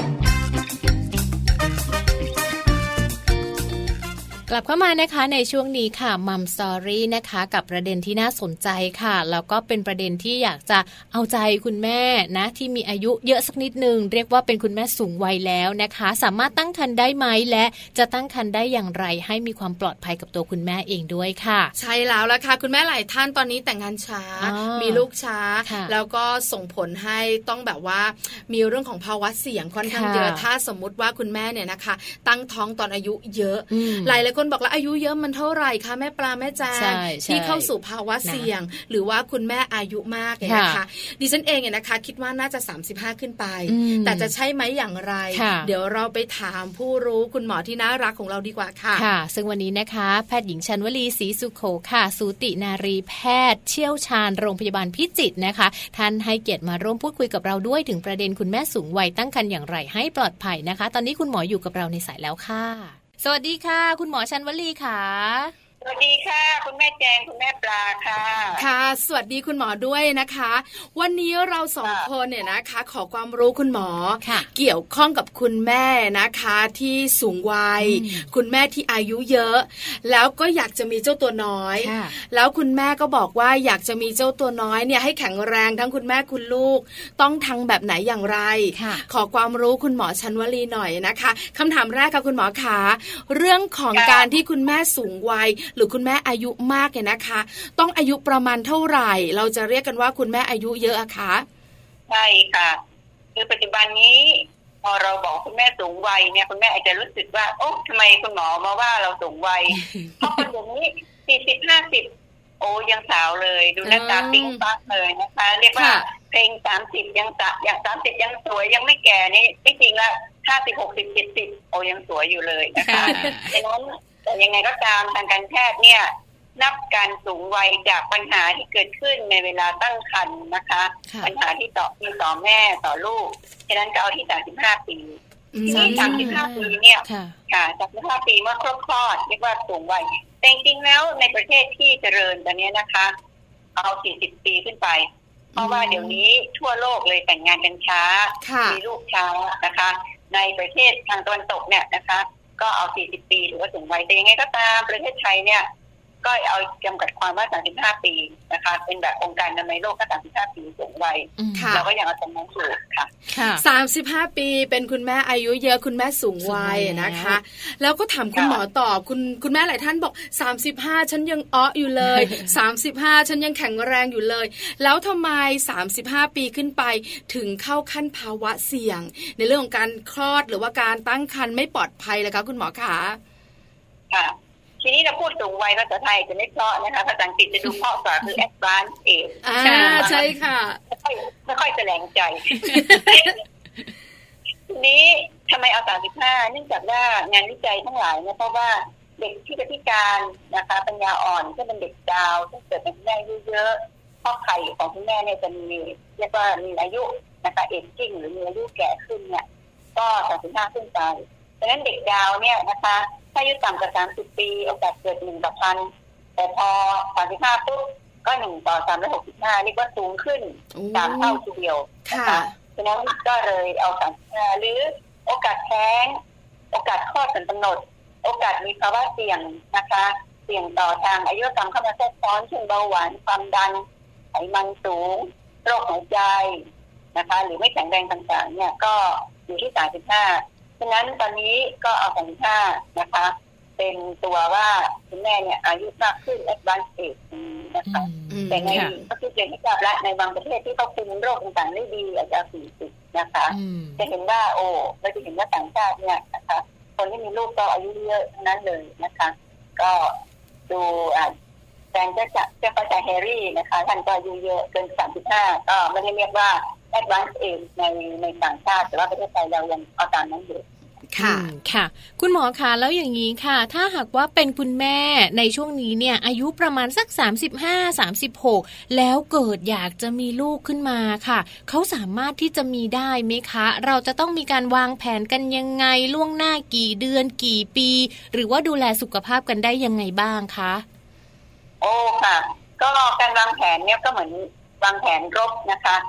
กลับเข้ามานะคะในช่วงนี้ค่ะมัมสตอรี่นะคะกับประเด็นที่น่าสนใจค่ะแล้วก็เป็นประเด็นที่อยากจะเอาใจคุณแม่นะที่มีอายุเยอะสักนิดนึงเรียกว่าเป็นคุณแม่สูงวัยแล้วนะคะสามารถตั้งครรภ์ได้ไหมและจะตั้งครรภ์ได้อย่างไรให้มีความปลอดภัยกับตัวคุณแม่เองด้วยค่ะใช่แล้วล่ะค่ะคุณแม่หลายท่านตอนนี้แต่งงานช้ามีลูกช้าแล้วก็ส่งผลให้ต้องแบบว่ามีเรื่องของภาวะเสี่ยงค่อนข้างเยอะถ้าสมมุติว่าคุณแม่เนี่ยนะคะตั้งท้องตอนอายุเยอะหลายหลายคนบอกแล้วอายุเยอะมันเท่าไหร่คะแม่ปลาแม่แจงที่เข้าสู่ภาวะเสี่ยงหรือว่าคุณแม่อายุมากเนี่ยนะคะดิฉันเองเนี่ยนะคะคิดว่าน่าจะสามสิบห้าขึ้นไปแต่จะใช่ไหมอย่างไรเดี๋ยวเราไปถามผู้รู้คุณหมอที่น่ารักของเราดีกว่าค่ะค่ะซึ่งวันนี้นะคะแพทย์หญิงชันวลีศรีสุโขค่ะสูตินารีแพทย์เชี่ยวชาญโรงพยาบาลพิจิตรนะคะท่านให้เกียรติมาร่วมพูดคุยกับเราด้วยถึงประเด็นคุณแม่สูงวัยตั้งครรภ์อย่างไรให้ปลอดภัยนะคะตอนนี้คุณหมออยู่กับเราในสายแล้วค่ะสวัสดีค่ะคุณหมอชันวลีค่ะสวัสดีค่ะคุณแม่แจงคุณแม่ปลาค่ะค่ะสวัสดีคุณหมอด้วยนะคะวันนี้เราสองคนเนี่ยนะคะขอความรู้คุณหมอเกี่ยวข้องกับคุณแม่นะคะที่สูงวัยคุณแม่ที่อายุเยอะแล้วก็อยากจะมีเจ้าตัวน้อยแล้วคุณแม่ก็บอกว่าอยากจะมีเจ้าตัวน้อยเนี่ยให้แข็งแรงทั้งคุณแม่คุณลูกต้องทำแบบไหนอย่างไรขอความรู้คุณหมอชันวลีหน่อยนะคะคำถามแรกค่ะคุณหมอขาเรื่องของการที่คุณแม่สูงวัยหรือคุณแม่อายุมากเนี่ยนะคะต้องอายุประมาณเท่าไหร่เราจะเรียกกันว่าคุณแม่อายุเยอะอะคะใช่ค่ะคือปัจจุบันนี้พอเราบอกคุณแม่สูงวัยเนี่ยคุณแม่อาจจะรู้สึกว่าโอ๊ะทำไมคุณหมอมาว่าเราสูงวัย เพราะคนอย่างนี้สี่สิบห้าสิบโอ้ยังสาวเลยดูหน้าตาปิ๊งปังเลยนะคะเรียกว่าเพลงสามสิบยังสะอย่างสามสิบยังสวยยังไม่แก่นี่ไม่จริงละห้าสิบหกสิบเจ็ดสิบโอ้ยังสวยอยู่เลยนะคะดังนั้นแต่ยังไงก็ตามทางการแพทย์เนี่ยนับการสูงวัยจากปัญหาที่เกิดขึ้นในเวลาตั้งครรภ์นะคะปัญหาที่ต่อมีต่อแม่ต่อลูกฉะนั้นก็เอาที่สามสิบห้าปีที่สามสิบห้าปีเนี่ยค่ะสามสิบห้าปีเมื่อครบคลอดเรียกว่าสูงวัยแต่จริงๆแล้วในประเทศที่เจริญตอนนี้นะคะเอาสี่สิบปีขึ้นไปเพราะว่าเดี๋ยวนี้ทั่วโลกเลยแต่งงานกันช้ามีลูกช้านะคะในประเทศทางตะวันตกเนี่ยนะคะก็เอาสี่สิบปีหรือว่าสูงวัยแต่ยังไงก็ตามประเทศไทยเนี่ยก็เอาจำกัดความว่าสามสิบห้าปีนะคะเป็นแบบองค์การอนามัยโลกก็สามสิบห้าปีสูงวัยเราก็ยังเอาตรงนั้นอยู่ค่ะสามสิบห้าปีเป็นคุณแม่อายุเยอะคุณแม่สูงวัยนะคะแล้วก็ถามคุณหมอต่อคุณคุณแม่หลายท่านบอกสามสิบห้าฉันยังอ้ออยู่เลยสามสิบห้าฉันยังแข็งแรงอยู่เลยแล้วทำไมสามสิบห้าปีขึ้นไปถึงเข้าขั้นภาวะเสี่ยงในเรื่องของการคลอดหรือว่าการตั้งครรภ์ไม่ปลอดภัยเลยคะคุณหมอคะค่ะทีนี้เราพูดสูงวัยภาษาไทยจะไม่เพราะนะคะภาษาอังกฤษจะดูเพราะกว่าคือ advanced age อ่าใช่ค่ะไม่ค่อยไม่ค่อยแสลงใจ ทีนี้ทำไมเอาสามสิบห้าเนื่องจากว่างานวิจัยทั้งหลายเนี่ยเพราะว่าเด็กที่จะพิการนะคะปัญญาอ่อนที่เป็นเด็กดาวที่เกิดเป็นแม่เยอะๆเพราะไข่ของคุณแม่เนี่ยจะมีเรียกว่ามีอายุนะคะเอจจิ้งหรือมีอายุแก่ขึ้นเนี่ยก็สามสิบห้าขึ้นไปดังนั้นเด็กดาวเนี่ยนะคะถ้าอายุต่ำกว่าสามสิบปีโอกาสเกิดหนึ่งต่อพันแต่พอสามสิบห้าปุ๊บก็หนึ่งต่อสามร้อยหกสิบห้าเรียกว่าสูงขึ้นสามเท่าทีเดียวนะคะฉะนั้นก็เลยเอาสามสิบห้าหรือโอกาสแท้งโอกาสคลอดก่อนกำหนดโอกาสมีภาวะเสี่ยงนะคะเสี่ยงต่อทางอายุรกรรมเข้ามาแทรกซ้อนเช่นเบาหวานความดันไขมันสูงโรคหัวใจนะคะหรือไม่แข็งแรงต่างๆเนี่ยก็อยู่ที่สามสิบห้าฉะนั้นตอนนี้ก็เอาสามสิบห้านะคะเป็นตัวว่าคุณแม่เนี่ยอายุมากขึ้น advanced age นะคะแต่ในก็คือเรียนให้ทราบและในบางประเทศที่เขาคุมโรคต่างๆได้ดีอาจจะสี่สิบนะคะจะเห็นว่าโอ้เราจะเห็นว่าต่างชาติเนี่ยนะคะคนที่มีลูกก็อายุเยอะทั้งนั้นเลยนะคะก็ดูอ่าแฟนเจ้าเจ้าป้าแฮร์รี่นะคะท่านก็อายุเยอะเกินสามสิบห้าก็ไม่ได้เรียกว่า advanced age ในในต่างชาติแต่ว่าประเทศไทยเรายังเอาตามนั้นอยู่ค่ะค่ะคุณหมอคะแล้วอย่างนี้ค่ะถ้าหากว่าเป็นคุณแม่ในช่วงนี้เนี่ยอายุประมาณสักสามสิบห้า สามสิบหกแล้วเกิดอยากจะมีลูกขึ้นมาค่ะเขาสามารถที่จะมีได้ไหมคะเราจะต้องมีการวางแผนกันยังไงล่วงหน้ากี่เดือนกี่ปีหรือว่าดูแลสุขภาพกันได้ยังไงบ้างคะโอ้ค่ะก็การวางแผนเนี่ยก็เหมือนวางแผนรบนะคะพ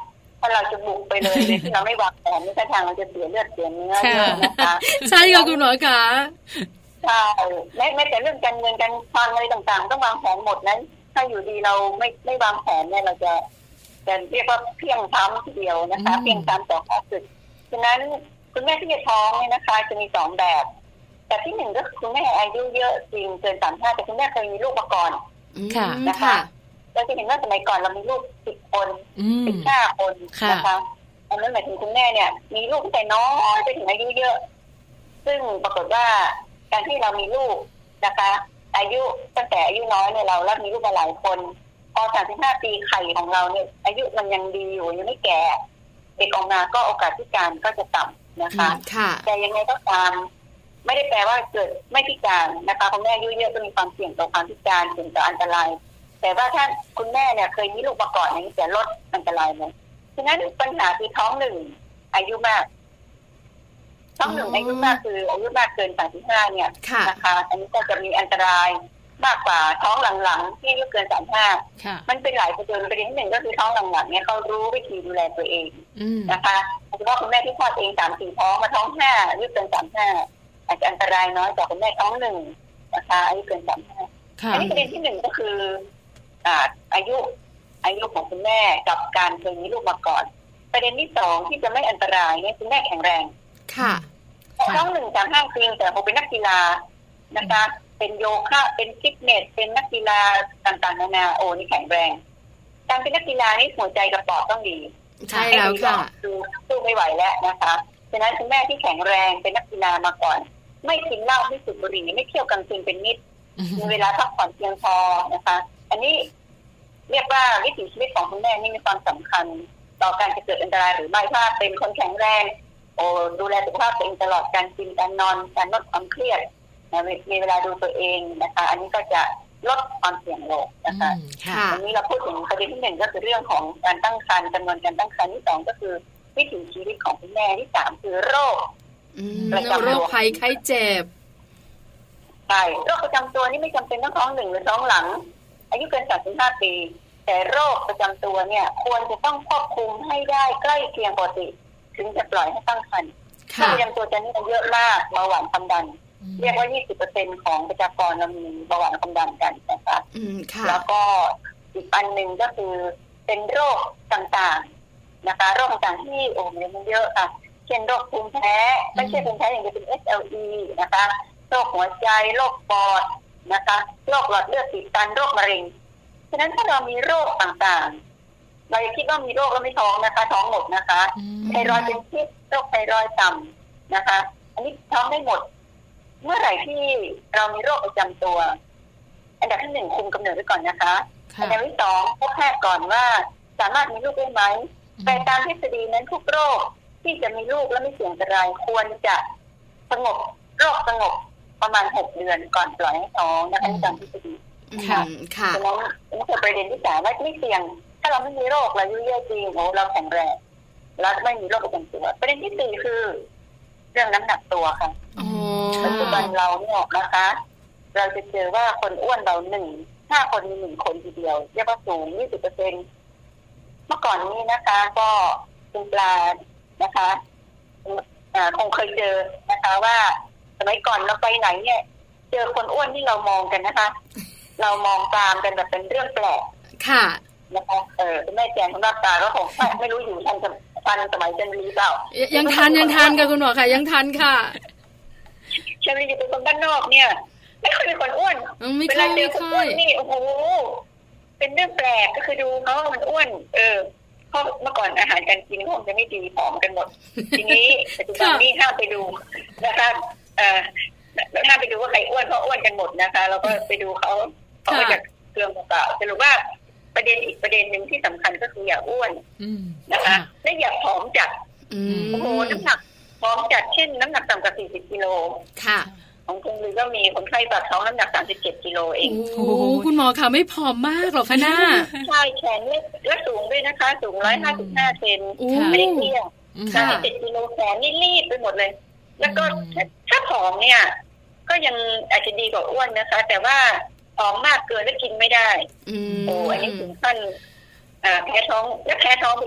ถ้าเราจะบุกไปเลยโดยที่เราไม่วางแผนนี่ทางเราจะเสียเลือดเสียเนื้อเยอะนะคะใช่ค่ะคุณหมอคะใช่แม้แม้แต่เรื่องการเงินการคลังอะไรต่างๆต้องวางแผนหมดนั้นถ้าอยู่ดีเราไม่ไม่วางแผนเนี่ยเราจะจะเรียกว่าเพียงซ้ำทีเดียวนะคะเพียงซ้ำต่อข้อสุดฉะนั้นคุณแม่ที่จะท้องเนี่ยนะคะจะมีสองแบบแต่ที่หนึ่งก็คือคุณแม่อายุเยอะจริงเกินสามห้าแต่คุณแม่เคยมีลูกมาก่อนนะคะเราจะเห็นว่าสมัยก่อนเรามีลูกสิบคนสิบห้าคนนะคะอันนั้นหมายถึงคุณแม่เนี่ยมีลูกตั้งแต่น้อยไปถึงอายุเยอะซึ่งปรากฏว่าการที่เรามีลูกนะคะอายุตั้งแต่อายุน้อยเนี่ยเรารับมีลูกมาหลายคนพอสามสิบห้าปีไข่ของเราเนี่ยอายุมันยังดีอยู่ยังไม่แก่เด็กออกมาก็โอกาสพิการก็จะต่ำนะคะแต่ยังไงก็ตามไม่ได้แปลว่าเกิดไม่พิการนะคะคุณแม่อายุเยอะก็มีความเสี่ยงต่อความพิการเสี่ยงต่ออันตรายแต่ว่าถ้าคุณแม่เนี่ยเคยมีลูกมาก่อนนี่จะลดอันตรายเลยฉะนั้นปัญหาคือท้องหนึ่งอายุมากท้องหนึ่งอายุมากคืออายุมากเกินสามสิบห้าเนี่ยนะคะอันนี้ก็จะมีอันตรายมากกว่าท้องหลังๆที่อายุเกินสามสิบห้ามันเป็นหลายประเด็นประเด็นที่หนึ่งก็คือท้องหลังๆเนี่ยเขารู้วิธีดูแลตัวเองนะคะโดยเฉพาะคุณแม่ที่คลอดเองสามสี่ท้องมาท้องห้าอายุเกินสามสิบห้าอาจจะอันตรายน้อยกว่าคุณแม่ท้องหนึ่งนะคะอายุเกินสามสิบห้าอันนี้ประเด็นที่หนึ่งก็คืออ่าอายุอายุของคุณแม่กับการเคยมีลูกมาก่อนประเด็นที่สองที่จะไม่อันตรายเนี่ยคุณแม่แข็งแรงค่ะท้องหนึ่งสามห้าจริงแต่พอเป็นนักกีฬานะคะเป็นโยคะเป็นฟิตเนสเป็นนักกีฬาต่างๆนานาโอ้นี่แข็งแรงการเป็นนักกีฬานี่หัวใจกับปอดต้องดีใช่แล้วค่ะดูสู้ไม่ไหวแล้วนะคะฉะนั้นคุณแม่ที่แข็งแรงเป็นนักกีฬามาก่อนไม่กินเหล้าไม่สูบบุหรี่ไม่เที่ยวกลางคืนเป็นนิดมีเวลาพักผ่อนเพียงพอนะคะอันนี้เรียกว่าวิถีชีวิตของคุณแม่นี่มีความสำคัญต่อการจะเกิดอันตรายหรือไม่ถ้าเป็นคนแข็งแรงโอ้ดูแลสุขภาพตัวเองตลอดการกินการนอนการลดความเครียดมีเวลาดูตัวเองนะคะอันนี้ก็จะลดความเสี่ยงลงนะคะอันนี้เราพูดถึงประเด็นที่หนึ่งก็คือเรื่องของการตั้งครรภ์จำนวนการตั้งครรภ์ที่สองก็คือวิถีชีวิตของคุณแม่ที่สามคือโรคประจำตัวโรคภัยไข้เจ็บใช่โรคประจำตัวนี่ไม่จำเป็นต้องท้องหนึ่งหรือท้องหลังอายุเกินสามสิบห้าปีแต่โรคประจำตัวเนี่ยควรจะต้องควบคุมให้ได้ใกล้เคียงปกติถึงจะปล่อยให้ตั้งครรภ์โรคประจำตัวจะนี่เยอะมากเบาหวานความดันเรียกว่า ยี่สิบเปอร์เซ็นต์ ของประชากรเรามีเบาหวานความดันกันนะคะแล้วก็อีกอันหนึ่งก็คือเป็นโรคต่างๆนะคะโรคต่างๆที่โอ้มันเยอะค่ะเช่นโรคภูมิแพ้ไม่ใช่ภูมิแพ้อย่างเดียวเป็น เอส แอล อี นะคะโรคหัวใจโรคปอดนะคะโรคหลอดเลือดตีบตันโรคมะเร็งฉะนั้นถ้าเรามีโรคต่างๆเราอย่าคิดว่ามีโรคแล้วไม่ท้องนะคะท้องหมดนะคะไทรอยด์เป็นพิษโรคไทรอยด์ต่ำนะคะอันนี้ท้องได้หมดเมื่อไหร่ที่เรามีโรคประจำตัวอันดับที่หนึ่งคุมกำเนิดไว้ก่อนนะคะอันดับที่สองพบแพทย์ก่อนว่าสามารถมีลูกได้ไหมแต่ตามทฤษฎีนั้นทุกโรคที่จะมีลูกและไม่เสี่ยงอันตรายควรจะสงบโรคสงบประมาณหกเดือนก่อนปล่อยให้ท้องนะคะตามทฤษฎีค่ะค่ะฉะนั้นนี่คือประเด็นที่สามว่าไม่เสี่ยงถ้าเราไม่มีโรคเราอายุเยอะจริงโอ้เราแข็งแรงแล้วไม่มีโรคประจำตัวประเด็นที่สี่คือเรื่องน้ำหนักตัวค่ะปัจจุบันเราเนี่ยนะคะเราจะเจอว่าคนอ้วนเราหนึ่งห้าคนมีหนึ่งคนทีเดียวเรียกว่าสูง ยี่สิบเปอร์เซ็นต์ เมื่อก่อนนี้นะคะก็เป็นปลานะคะคงเคยเจอนะคะว่าสมัยก่อนเราไปไหนเนี่ยเจอคนอ้วนที่เรามองกันนะคะเรามองตามกันแบบเป็นเรื่องแปลกค่ะนะคะเออคุณแม่แจงคุณหน้าตาก็คงไม่รู้อยู่ทันทันสมัยเจนรีเปล่ายังทันยังทันค่ะคุณหมอค่ะยังทันค่ะเชนรีอยู่ตรงด้านนอกเนี่ยไม่เคยเป็นคนอ้วนเวลาเจอคนอ้วนนี่โอ้โหเป็นเรื่องแปลกก็คือดูเขามันอ้วนเออเพราะเมื่อก่อนอาหารการกินคงจะไม่ดีผอมกันหมดทีนี้ปัจจุบันนี้ห้ามไปดูนะคะเอ่อห้ามไปดูว่าใครอ้วนเพราะอ้วนกันหมดนะคะเราก็ไปดูเขาเขาก็จะเครื่องเปล่าสรุปว่าประเด็นอีกประเด็นหนึ่งที่สำคัญก็คืออย่าอ้วนนะคะและอย่าผอมจัดโอ้โหน้ำหนักผอมจัดเช่นน้ำหนักต่ำกว่าสี่สิบกิโลค่ะของคุณลือก็มีคนไข้ปากท้องน้ำหนักสามสิบเจ็ดกิโลเองโอ้คุณหมอค่ะไม่ผอมมากหรอกคะหน้าใช่แขนเล็กและสูงด้วยนะคะสูงหนึ่งร้อยห้าสิบห้าเซนไม่ได้เตี้ยสามสิบเจ็ดกิโลแขนนี่รีบไปหมดเลยแล้วก็ถ้าผอมเนี่ยก็ยังอาจจะดีกว่าอ้วนนะคะแต่ว่าผอมมากเกินแล้วกินไม่ได้โอ้อันนี้ถึงขั้นแพ้ท้องและแพ้ท้องไปอีก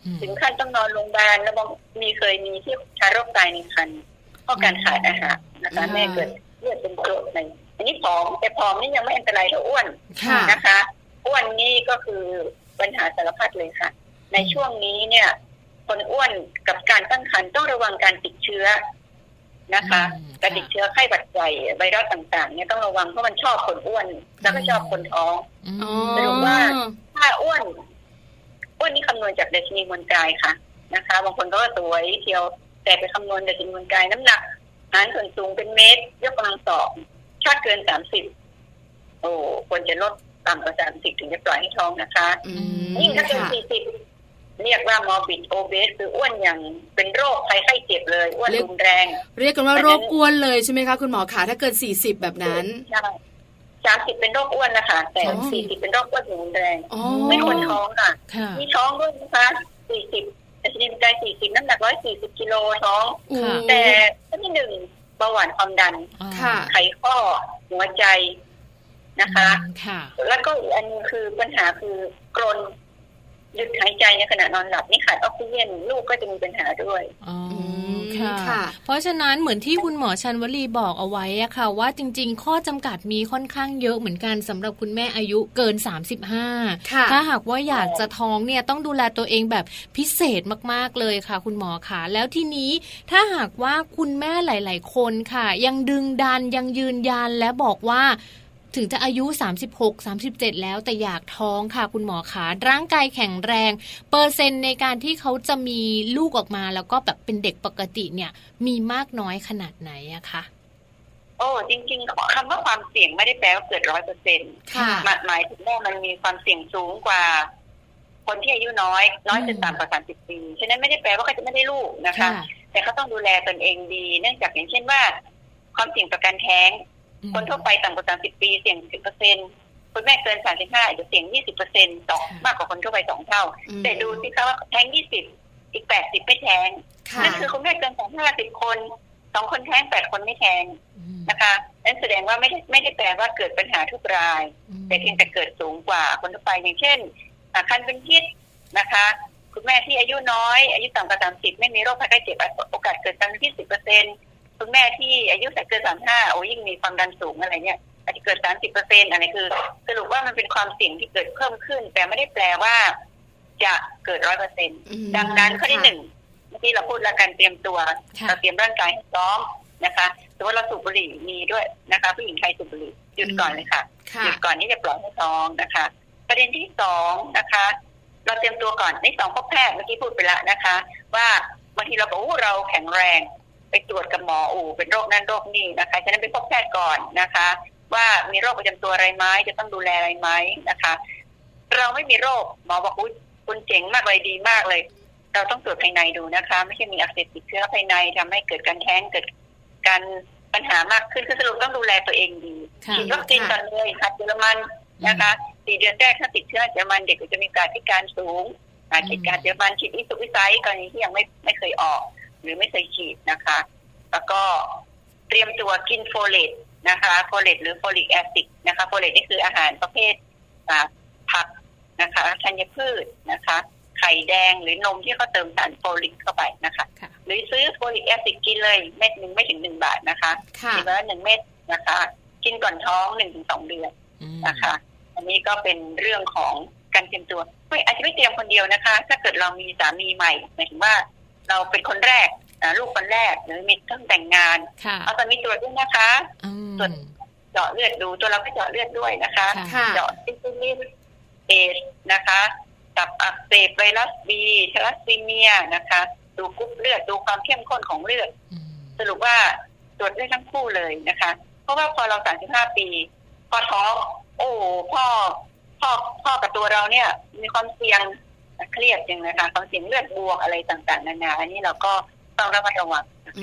ถึงขั้นต้องนอนโรงพยาบาลแล้วบางมีเคยมีที่ทารกตายในครรภ์เพราะการขาดอาหารนะคะแม่เกิดเลือดเป็นกรดในอันนี้ผอมแต่ผอมนี่ยังไม่อันตรายเท่าอ้วนนะคะอ้วนนี่ก็คือปัญหาสารพัดเลยค่ะในช่วงนี้เนี่ยคนอ้วนกับการตั้งครรภ์ต้องระวังการติดเชื้อนะคะการติดเชื้อไข้หวัดใหญ่ไวรัสต่างๆเนี่ยต้องระวังเพราะมันชอบคนอ้วนแล้วก็ชอบคนท้องสรุปว่าถ้าอ้วนอ้วนนี่คำนวณจากดัชนีมวลกายค่ะนะคะบางคนก็สวยเที่ยวแต่ไปคำนวณดัชนีมวลกายน้ำหนักหารส่วนสูงเป็นเมตรยกกำลังสองถ้าเกินสามสิบโอ้ควรจะลดต่ำกว่าสามสิบถึงจะปล่อยให้ท้องนะคะยิ่งถ้าเกินสี่สิบเรียกว่ามอร์บิดโอเบสคืออ้วนอย่างเป็นโรคภัยไข้เจ็บเลยอ้วนรุนแรงเรียกกันว่าโรคอ้วนเลยใช่ไหมคะคุณหมอขาถ้าเกินสี่สิบแบบนั้นใช่สามสิบเป็นโรคอ้วนนะคะแต่สี่สิบเป็นโรคอ้วนรุนแรงไม่ควรท้องค่ะมีท้องด้วยนะคะสี่สิบแต่ชนิดใจสี่สิบน้ำหนักร้อยสี่สิบกิโลท้องแต่ข้อที่หนึ่งเบาหวานความดันไขข้อหัวใจนะคะแล้วก็อีกอันนึงคือปัญหาคือกรนหยุดหายใจในขณะนอนหลับนี่ขาดออกซิเจนลูกก็จะมีปัญหาด้วยอ๋อค่ะเพราะฉะนั้นเหมือนที่คุณหมอชันวลีบอกเอาไว้อะค่ะว่าจริงๆข้อจำกัดมีค่อนข้างเยอะเหมือนกันสำหรับคุณแม่อายุเกินสามสิบห้าถ้าหากว่าอยากจะท้องเนี่ยต้องดูแลตัวเองแบบพิเศษมากๆเลยค่ะคุณหมอค่ะแล้วทีนี้ถ้าหากว่าคุณแม่หลายๆคนค่ะยังดึงดันยังยืนยันและบอกว่าถึงจะอายุสามสิบหก สามสิบเจ็ดแล้วแต่อยากท้องค่ะคุณหมอขาร่างกายแข็งแรงเปอร์เซ็นต์ในการที่เขาจะมีลูกออกมาแล้วก็แบบเป็นเด็กปกติเนี่ยมีมากน้อยขนาดไหนอะคะโอ้จริงๆคำว่าความเสี่ยงไม่ได้แปลว่าเกิดร้อยเปอร์เซ็นต์หมายถึงว่ามันมีความเสี่ยงสูงกว่าคนที่อายุน้อยน้อยจนต่ำกว่าสามสิบปีฉะนั้นไม่ได้แปลว่าเขาจะไม่ได้ลูกนะคะแต่เขาต้องดูแลตนเองดีเนื่องจากอย่างเช่นว่าความเสี่ยงต่อการแท้งคนทั่วไปต่ำกว่าสามสิบปีเสี่ยง สิบเปอร์เซ็นต์ คนแม่เกินสามสิบห้าอาจจะเสี่ยง ยี่สิบเปอร์เซ็นต์ ต่อมากกว่าคนทั่วไปสองเท่าแต่ดูสิคะว่าแท้งยี่สิบอีกแปดสิบไม่แท้งนั่นคือคนแม่เกินสามสิบห้า สิบคนสองคนแท้งแปดคนไม่แท้งนะคะนั่นแสดงว่าไม่ได้ไม่ได้แปลว่าเกิดปัญหาทุกรายแต่เพียงแต่เกิดสูงกว่าคนทั่วไปอย่างเช่นคันเป็นพิษนะคะคุณแม่ที่อายุน้อยอายุต่ำกว่าสามสิบไม่มีโรคภัยไข้เจ็บโอกาสเกิดคันเป็นพิษ สิบเปอร์เซ็นต์คุณแม่ที่อายุเกินสามสิบห้าโอ้ยิ่งมีความดันสูงอะไรเนี่ยอาจจะเกิด สามสิบเปอร์เซ็นต์ อะไรคือสรุปว่ามันเป็นความเสี่ยงที่เกิดเพิ่มขึ้นแต่ไม่ได้แปลว่าจะเกิด ร้อยเปอร์เซ็นต์ ดังนั้นข้อที่หนึ่งเมื่อกี้เราพูดแล้วการเตรียมตัวเราเตรียมร่างกายให้พร้อมนะคะสมมติเราสูบบุหรี่มีด้วยนะคะผู้หญิงไทยสูบบุหรี่หยุดก่อนเลยค่ะหยุดก่อนที่จะปล่อยให้ท้องนะคะประเด็นที่สองนะคะเราเตรียมตัวก่อนในสองพบแพทย์เมื่อกี้พูดไปแล้วนะคะว่าบางทีเราบอกว่าเราแข็งแรงไปตรวจกับหมออู่เป็นโรคนั้นโรคนี้นะคะฉะนั้นไปพบแพทย์ก่อนนะคะว่ามีโรคประจำตัวอะไรไหมจะต้องดูแลอะไรไหมนะคะเราไม่มีโรคหมอบอกว่าคุณเจ๋งมากเลยดีมากเลยเราต้องตรวจภายในดูนะคะไม่ใช่มีอักเสบติดเชื้อภายในทำให้เกิดการแท้งเกิดการปัญหามากขึ้นคือสรุปต้องดูแลตัวเองดีฉีดวัคซีนก่อนเลยค่ะเยอรมันนะคะสี่เดือนแรกถ้าติดเชื้อเยอรมันเด็กก็จะมีการพิการสูงฉีดการเยอรมันฉีดอิสุวิไซกรณีที่ยังไม่ไม่เคยออกหรือไม่เคยฉีดนะคะแล้วก็เตรียมตัวกินโฟเลตนะคะโฟเลตหรือโฟลิกแอซิดนะคะโฟเลตนี่คืออาหารประเภทผักนะคะธัญพืชนะคะไข่แดงหรือนมที่เขาเติมสารโฟลิกเข้าไปนะคะหรือซื้อโฟลิกแอซิดกินเลยเม็ดนึงไม่ถึงหนึ่งบาทนะคะกินละหนึ่งเม็ดนะคะกินก่อนท้อง หนึ่งถึงสอง เดือนนะคะอันนี้ก็เป็นเรื่องของการเตรียมตัวไม่อาจจะไม่เตรียมคนเดียวนะคะถ้าเกิดเรามีสามีใหม่หมายถึงว่าเราเป็นคนแรกลูกคนแรกหรือมีต้องแต่งงานเอาสามีตรวจด้วยนะคะตรวจเจาะเลือดดูตัวเราก็เจาะเลือดด้วยนะคะเจาะซิฟิลิสเอดส์นะคะกับอักเสบไวรัสบีทาลัสซีเมียนะคะดูกรุ๊ปเลือดดูความเข้มข้นของเลือดสรุปว่าตรวจได้ทั้งคู่เลยนะคะเพราะว่าพอเราสามสิบห้าปีพอท้องโอ้พ่อพ่อพ่อกับตัวเราเนี่ยมีความเสี่ยงเครียดจังนะคะความเสี่ยงเลือดบวกอะไรต่างๆนานาอันนี้เราก็ต้องระมัดระวัง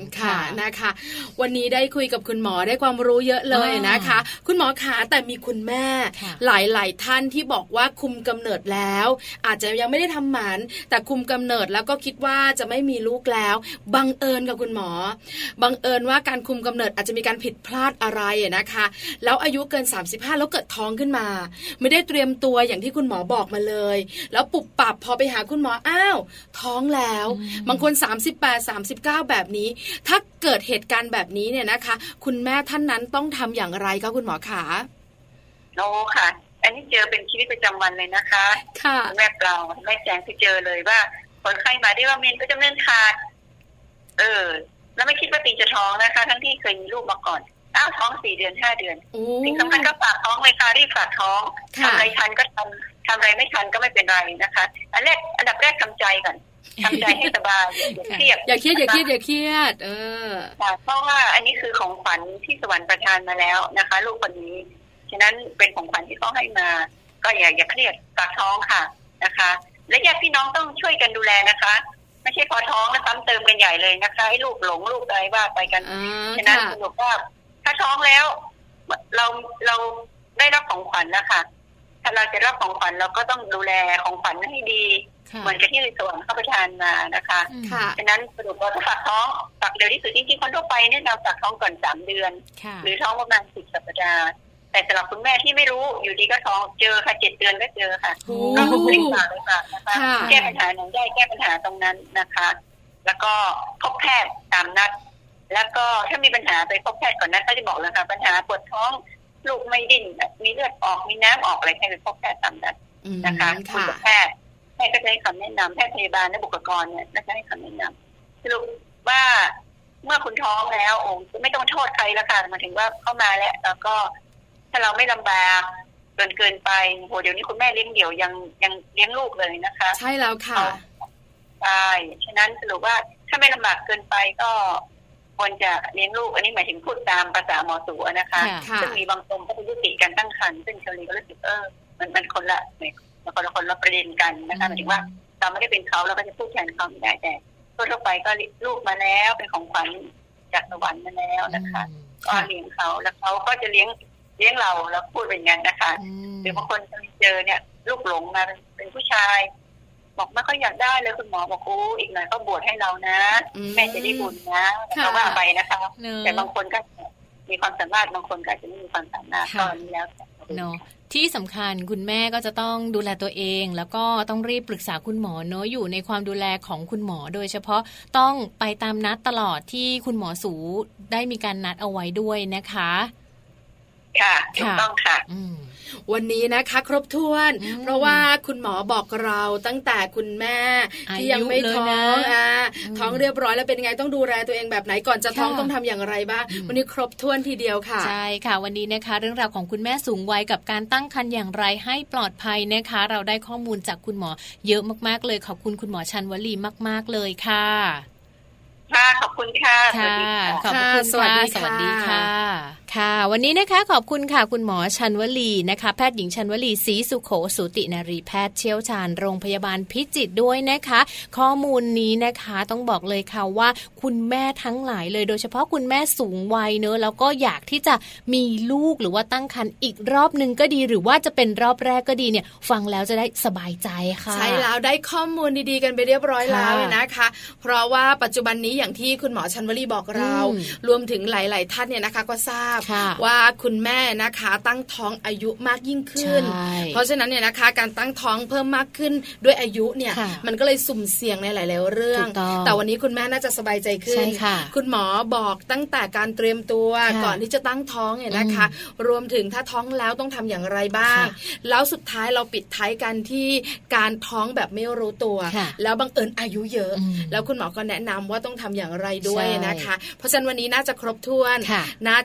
ค่ะนะคะวันนี้ได้คุยกับคุณหมอได้ความรู้เยอะเลยนะคะคุณหมอขาแต่มีคุณแม่หลายๆท่านที่บอกว่าคุมกำเนิดแล้วอาจจะยังไม่ได้ทำหมันแต่คุมกำเนิดแล้วก็คิดว่าจะไม่มีลูกแล้วบังเอิญกับคุณหมอบังเอิญว่าการคุมกำเนิดอาจจะมีการผิดพลาดอะไรนะคะแล้วอายุเกินสามสิบห้าแล้วเกิดท้องขึ้นมาไม่ได้เตรียมตัวอย่างที่คุณหมอบอกมาเลยแล้วปุบปับพอไปหาคุณหมออ้าวท้องแล้วบางคนสามสิบแปด สามสิบเก้าแบบนี้ถ้าเกิดเหตุการณ์แบบนี้เนี่ยนะคะคุณแม่ท่านนั้นต้องทำอย่างไรคะคุณหมอขาโอ้ค่ะอันนี้เจอเป็นชีวิตประจำวันเลยนะคะค่ะแม่เราแม่แจงที่เจอเลยว่าคนไข้มาได้ว่าเมนก็จะเลื่อนขาดเออแล้วไม่คิดว่าตีจะท้องนะคะทั้งที่เคยมีลูกมาก่อนอ้าวท้องสี่เดือนห้าเดือนสิ่งสำคัญก็ฝากท้องเลยค่ะรีบฝากท้องทำอะไรทันก็ทำทำอะไรไม่ทันก็ไม่เป็นไรนะคะอันแรกอันดับแรกทำใจก่อนทำใจให้สบายอย่าเครียดอย่าเครียดอย่าเครียดอย่าเครียดเออเพราะว่าอันนี้คือของขวัญที่สวรรค์ประทานมาแล้วนะคะลูกคนนี้ฉะนั้นเป็นของขวัญที่เขาให้มาก็อย่าอย่าเครียดฝากท้องค่ะนะคะและญาติพี่น้องต้องช่วยกันดูแลนะคะไม่ใช่พอท้องแล้วซ้ำเติมกันใหญ่เลยนะคะให้ลูกหลงลูกอะไรว่าไปกันฉะนั้นสรุปว่าถ้าท้องแล้วเราเราได้รับของขวัญนะคะถ้าเราจะรับของขวัญเราก็ต้องดูแลของขวัญให้ดีเหมือนกับที่สวรรค์เขาประทานมานะคะฉะนั้นสรุปว่าถ้าฝากท้องฝากเร็วที่สุดจริงๆคนทั่วไปเนี่ยเราฝากท้องก่อนสามเดือนหรือท้องประมาณสิบสัปดาห์แต่สำหรับคุณแม่ที่ไม่รู้อยู่ดีก็ท้องเจอค่ะเจ็ดเดือนก็เจอค่ะก็ต้องรีบฝากเลยค่ะนะคะแก้ปัญหาไหนได้แก้ปัญหาตรงนั้นนะคะแล้วก็พบแพทย์ตามนัดแล้วก็ถ้ามีปัญหาไปพบแพทย์ก่อนนัดก็จะบอกเลยค่ะปัญหาปวดท้องลูกไม่ดิ้นมีเลือดออกมีน้ำออกอะไรให้ไปพบแพทย์ตามนัดนะคะคุยกับแพทย์แพทย์ก็จะให้คำแนะนำแพทย์พยาบาลและบุคลากรเนี่ยก็จะให้คำแนะนำสรุปว่าเมื่อคุณท้องแล้วโอ้ไม่ต้องโทษใครแล้วค่ะมาถึงว่าเข้ามาแล้วแล้วก็ถ้าเราไม่ลำบากเกินเกินไปโหเดี๋ยวนี้คุณแม่เลี้ยงเดี่ยวยังยังเลี้ยงลูกเลยนะคะใช่แล้วค่ะใช่ฉะนั้นสรุปว่าถ้าไม่ลำบากเกินไปก็ควรจะเลี้ยงลูกอันนี้หมายถึงพูดตามภาษาหมอสูนะคะซึ่งมีบางคนก็เป็นยุติการตั้งครรภ์ซึ่งเชลีก็รู้สึกเออมันมันคนละมันคนละคนละประเด็นกันนะคะหมายถึงว่าเราไม่ได้เป็นเขาเราก็จะพูดแทนเขาไม่ได้แต่ทั่วไปก็ลูกมาแล้วเป็นของขวัญจากสวรรค์มาแล้วนะคะก็เลี้ยงเขาแล้วเขาก็จะเลี้ยงเลี้ยงเราแล้วพูดเป็นงั้นนะคะหรือบางคนเจอเนี่ยลูกหลงมาเป็นผู้ชายบอกไม่ค่อยอยากได้เลยคุณหมอบอกโอ้อีกหน่อยก็บวชให้เรานะแม่จะได้บุญนะเขาว่าไปนะคะแต่บางคนก็มีความสามารถบางคนก็จะไม่มีความสามารถตอนนี้แล้วเนาะที่สำคัญคุณแม่ก็จะต้องดูแลตัวเองแล้วก็ต้องรีบปรึกษาคุณหมอเนาะอยู่ในความดูแลของคุณหมอโดยเฉพาะต้องไปตามนัดตลอดที่คุณหมอสูได้มีการนัดเอาไว้ด้วยนะคะค่ะถูกต้องค่ะวันนี้นะคะครบถ้วนเพราะว่าคุณหมอบอกเราตั้งแต่คุณแม่ที่ยังไม่ท้องอ่ะท้องเรียบร้อยแล้วเป็นไงต้องดูแลตัวเองแบบไหนก่อนจะท้องต้องทำอย่างไรบ้างวันนี้ครบถ้วนทีเดียวค่ะใช่ค่ะวันนี้นะคะเรื่องราวของคุณแม่สูงวัยกับการตั้งครรภ์อย่างไรให้ปลอดภัยนะคะเราได้ข้อมูลจากคุณหมอเยอะมากๆเลยขอบคุณคุณหมอชันวลีมากๆเลยค่ะค่ะขอบคุณค่ะสวัสดีค่ะขอบคุณสวัสดีสวัสดีค่ะค่ะวันนี้นะคะขอบคุณค่ะคุณหมอชันวลีนะคะแพทย์หญิงชันวลีศรีสุโขสูตินารีแพทย์เชี่ยวชาญโรงพยาบาลพิจิตรด้วยนะคะข้อมูลนี้นะคะต้องบอกเลยค่ะว่าคุณแม่ทั้งหลายเลยโดยเฉพาะคุณแม่สูงวัยเนอะแล้วก็อยากที่จะมีลูกหรือว่าตั้งครรภ์อีกรอบนึงก็ดีหรือว่าจะเป็นรอบแรกก็ดีเนี่ยฟังแล้วจะได้สบายใจค่ะใช่แล้วได้ข้อมูลดีๆกันไปเรียบร้อยแล้วนะคะเพราะว่าปัจจุบันนี้อย่างที่คุณหมอชันวลีบอกเรารวมถึงหลายๆท่านเนี่ยนะคะก็ทราบว่าคุณแม่นะคะตั้งท้องอายุมากยิ่งขึ้นเพราะฉะนั้นเนี่ยนะคะการตั้งท้องเพิ่มมากขึ้นด้วยอายุเนี่ยมันก็เลยสุ่มเสี่ยงในหลายๆเรื่องแต่วันนี้คุณแม่น่าจะสบายใจขึ้นคุณหมอบอกตั้งแต่การเตรียมตัวก่อนที่จะตั้งท้องเนี่ยนะคะรวมถึงถ้าท้องแล้วต้องทำอย่างไรบ้างแล้วสุดท้ายเราปิดท้ายกันที่การท้องแบบไม่รู้ตัวแล้วบังเอิญอายุเยอะแล้วคุณหมอก็แนะนำว่าต้องทำอย่างไรด้วยนะคะเพราะฉะนั้นวันนี้น่าจะครบถ้วนน่าจะทำให้คุณ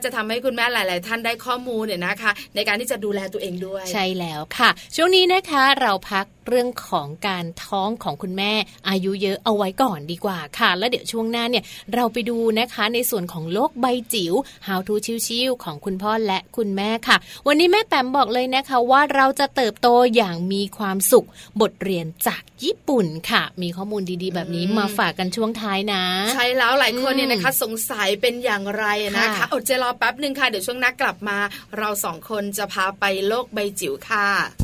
คุณแม่หลายๆท่านได้ข้อมูลเนี่ยนะคะในการที่จะดูแลตัวเองด้วยใช่แล้วค่ะช่วงนี้นะคะเราพักเรื่องของการท้องของคุณแม่อายุเยอะเอาไว้ก่อนดีกว่าค่ะแล้วเดี๋ยวช่วงหน้าเนี่ยเราไปดูนะคะในส่วนของโลกใบจิ๋ว How to ชิวๆของคุณพ่อและคุณแม่ค่ะวันนี้แม่แปมบอกเลยนะคะว่าเราจะเติบโตอย่างมีความสุขบทเรียนจากญี่ปุ่นค่ะมีข้อมูลดีๆแบบนี้มาฝากกันช่วงท้ายนะใช่แล้วหลายคนเนี่ยนะคะสงสัยเป็นอย่างไรนะคะอดใจรอแป๊บนึงค่ะเดี๋ยวช่วงหน้ากลับมาเราสองคนจะพาไปโลกใบจิ๋วค่ะ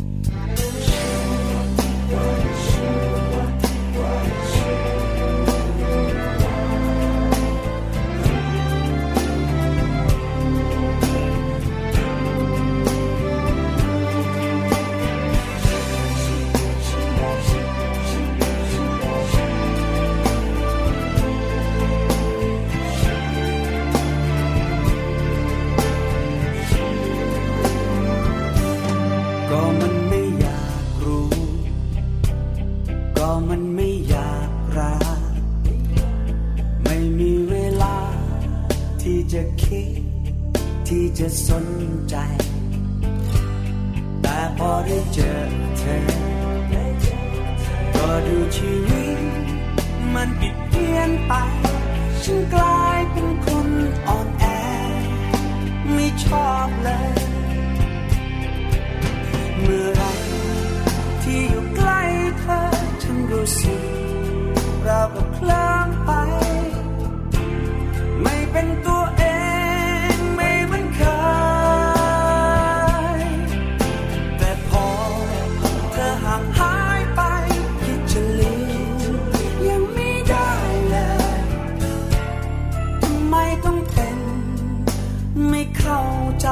ที่จะสนใจแต่พอได้เจอเธอก็ดูชีวิตมันผิดเพี้ยนไปฉันกลายเป็นคนอ่อนแอไม่ชอบเลยเมื่อไรที่อยู่ใกล้เธอฉันรู้สึกเราก็เคลิ้มไปไม่เป็นตัวเองแต่พอเธอห่างหายไปคิดจะลืมยังไม่ได้เลยทำไมต้องเป็นไม่เข้าใจ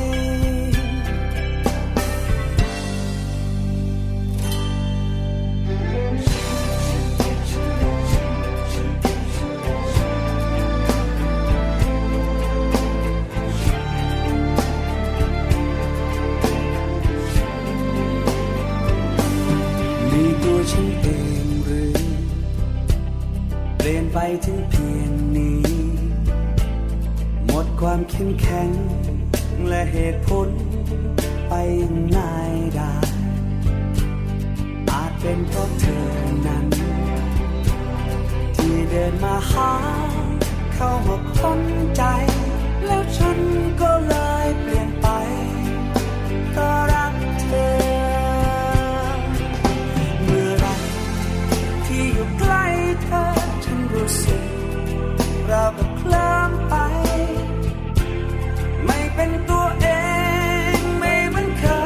ฉันเองหรือเปลี่ยนไปถึงเพียงนี้หมดความเข้มแข็งและเหตุผลไปง่ายได้อาจเป็นเพราะเธอนั้นที่เดินมาหาเข้ามาพ้นใจแล้วฉันก็เลยเปลี่ยนไปก็รักเธออยู่ใกล้เธอฉันรู้สึกเราก็เคลิ้มไปไม่เป็นตัวเองไม่เหมือนเค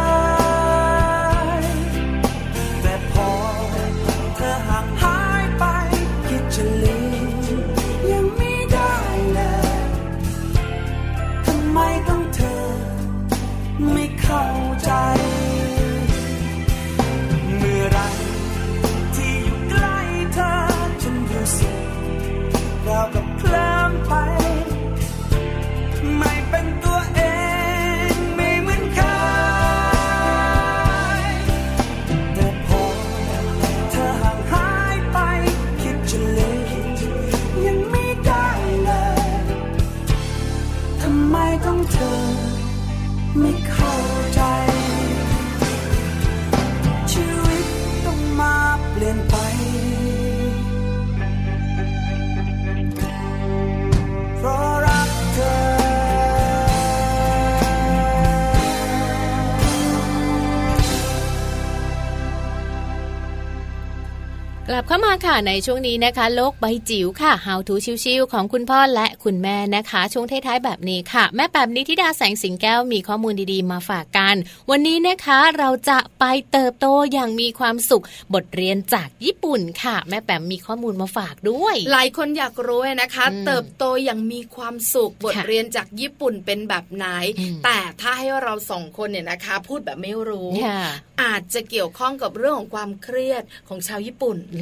ยแต่พอเธอห่างหายไปคิดจะลืมยังไม่ได้เลยทำไมต้องเธอไม่เข้าใจเมื่อไรเราก็เคลิ้มไปไม่เป็นตัวเองไม่เหมือนเคยแต่พอเธอห่างหายไปคิดจะลืมยังไม่ได้เลยทำไมต้องเธอไม่เข้าใจชีวิตต้องมาเปลี่ยนไปเพราะรักเธอกลับเข้ามาค่ะในช่วงนี้นะคะโลกใบจิ๋วค่ะ How to ชิวๆของคุณพ่อและคุณแม่นะคะช่วงท้ายๆแบบนี้ค่ะแม่แปมนิธิดาแสงสิงแก้วมีข้อมูลดีๆมาฝากกันวันนี้นะคะเราจะไปเติบโตอย่างมีความสุขบทเรียนจากญี่ปุ่นค่ะแม่แปมมีข้อมูลมาฝากด้วยหลายคนอยากรู้นะคะเติบโตอย่างมีความสุขบทเรียนจากญี่ปุ่นเป็นแบบไหนแต่ถ้าให้เราสองคนเนี่ยนะคะพูดแบบไม่รู้อาจจะเกี่ยวข้องกับเรื่องของความเครียดของชาวญี่ปุ่น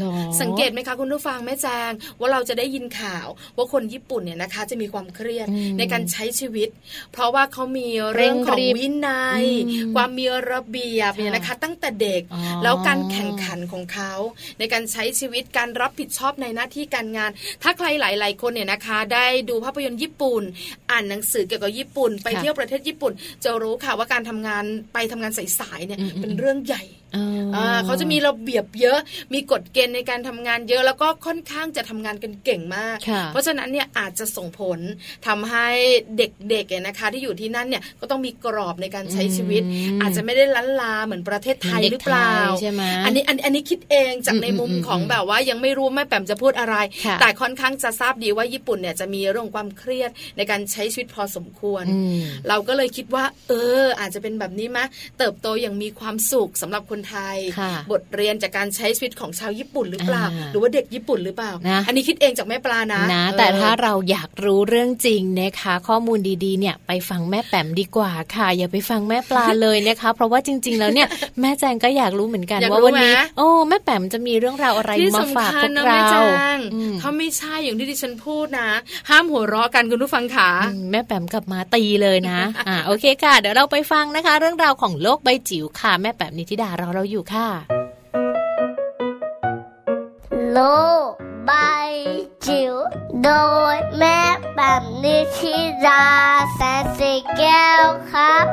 สังเกตไหมคะคุณผู้ฟังแม่แจงว่าเราจะได้ยินข่าวว่าคนญี่ปุ่นเนี่ยนะคะจะมีความเครียดในการใช้ชีวิตเพราะว่าเขามีเรื่องของวินัยความมีระเบียบเนี่ยนะคะตั้งแต่เด็กแล้วการแข่งขันของเขาในการใช้ชีวิตการรับผิดชอบในหน้าที่การงานถ้าใครหลายๆคนเนี่ยนะคะได้ดูภาพยนตร์ญี่ปุ่นอ่านหนังสือเกี่ยวกับญี่ปุ่นไปเที่ยวประเทศญี่ปุ่นจะรู้ค่ะว่าการทำงานไปทำงานสายๆเนี่ยเป็นเรื่องใหญ่เขาจะมีระเบียบเยอะมีกฎเกณฑ์ในการทำงานเยอะแล้วก็ค่อนข้างจะทำงานกันเก่งมากเพราะฉะนั้นเนี่ยอาจจะส่งผลทำให้เด็กๆเนี่ยนะคะที่อยู่ที่นั่นเนี่ยก็ต้องมีกรอบในการใช้ชีวิตอาจจะไม่ได้ล้านลาเหมือนประเทศไทยหรือเปล่าอันนี้อันอันนี้คิดเองจากในมุมของแบบว่ายังไม่รู้แม่แปมจะพูดอะไรแต่ค่อนข้างจะทราบดีว่าญี่ปุ่นเนี่ยจะมีเรื่องความเครียดในการใช้ชีวิตพอสมควรเราก็เลยคิดว่าเอออาจจะเป็นแบบนี้มั้ยเติบโตอย่างมีความสุขสำหรับคนไทยบทเรียนจากการใช้ชีวิตของชาวญี่ปุ่นหรือเปล่าหรือว่าเด็กญี่ปุ่นหรือเปล่าอันนี้คิดเองจากแม่ปลานะนะแต่ถ้าเราอยากรู้เรื่องจริงนะคะข้อมูลดีๆเนี่ยไปฟังแม่แปมดีกว่าค่ะอย่าไปฟังแม่ปลาเลยนะคะเพราะว่าจริงๆแล้วเนี่ยแม่แจงก็อยากรู้เหมือนกันว่าวันนี้โอ้แม่แปมจะมีเรื่องราวอะไรมาฝากพวกเราถ้าไม่ใช่อย่างที่ดิฉันพูดนะห้ามหัวเราะกันคุณผู้ฟังค่ะแม่แปมกลับมาตีเลยนะอ่าโอเคค่ะเดี๋ยวเราไปฟังนะคะเรื่องราวของโลกใบจิ๋วค่ะแม่แปมนิธิดารอเราอยู่ค่ะโลกใบจิ๋วโดยแม่แปมนิธิดาแสนสีแก้วครับ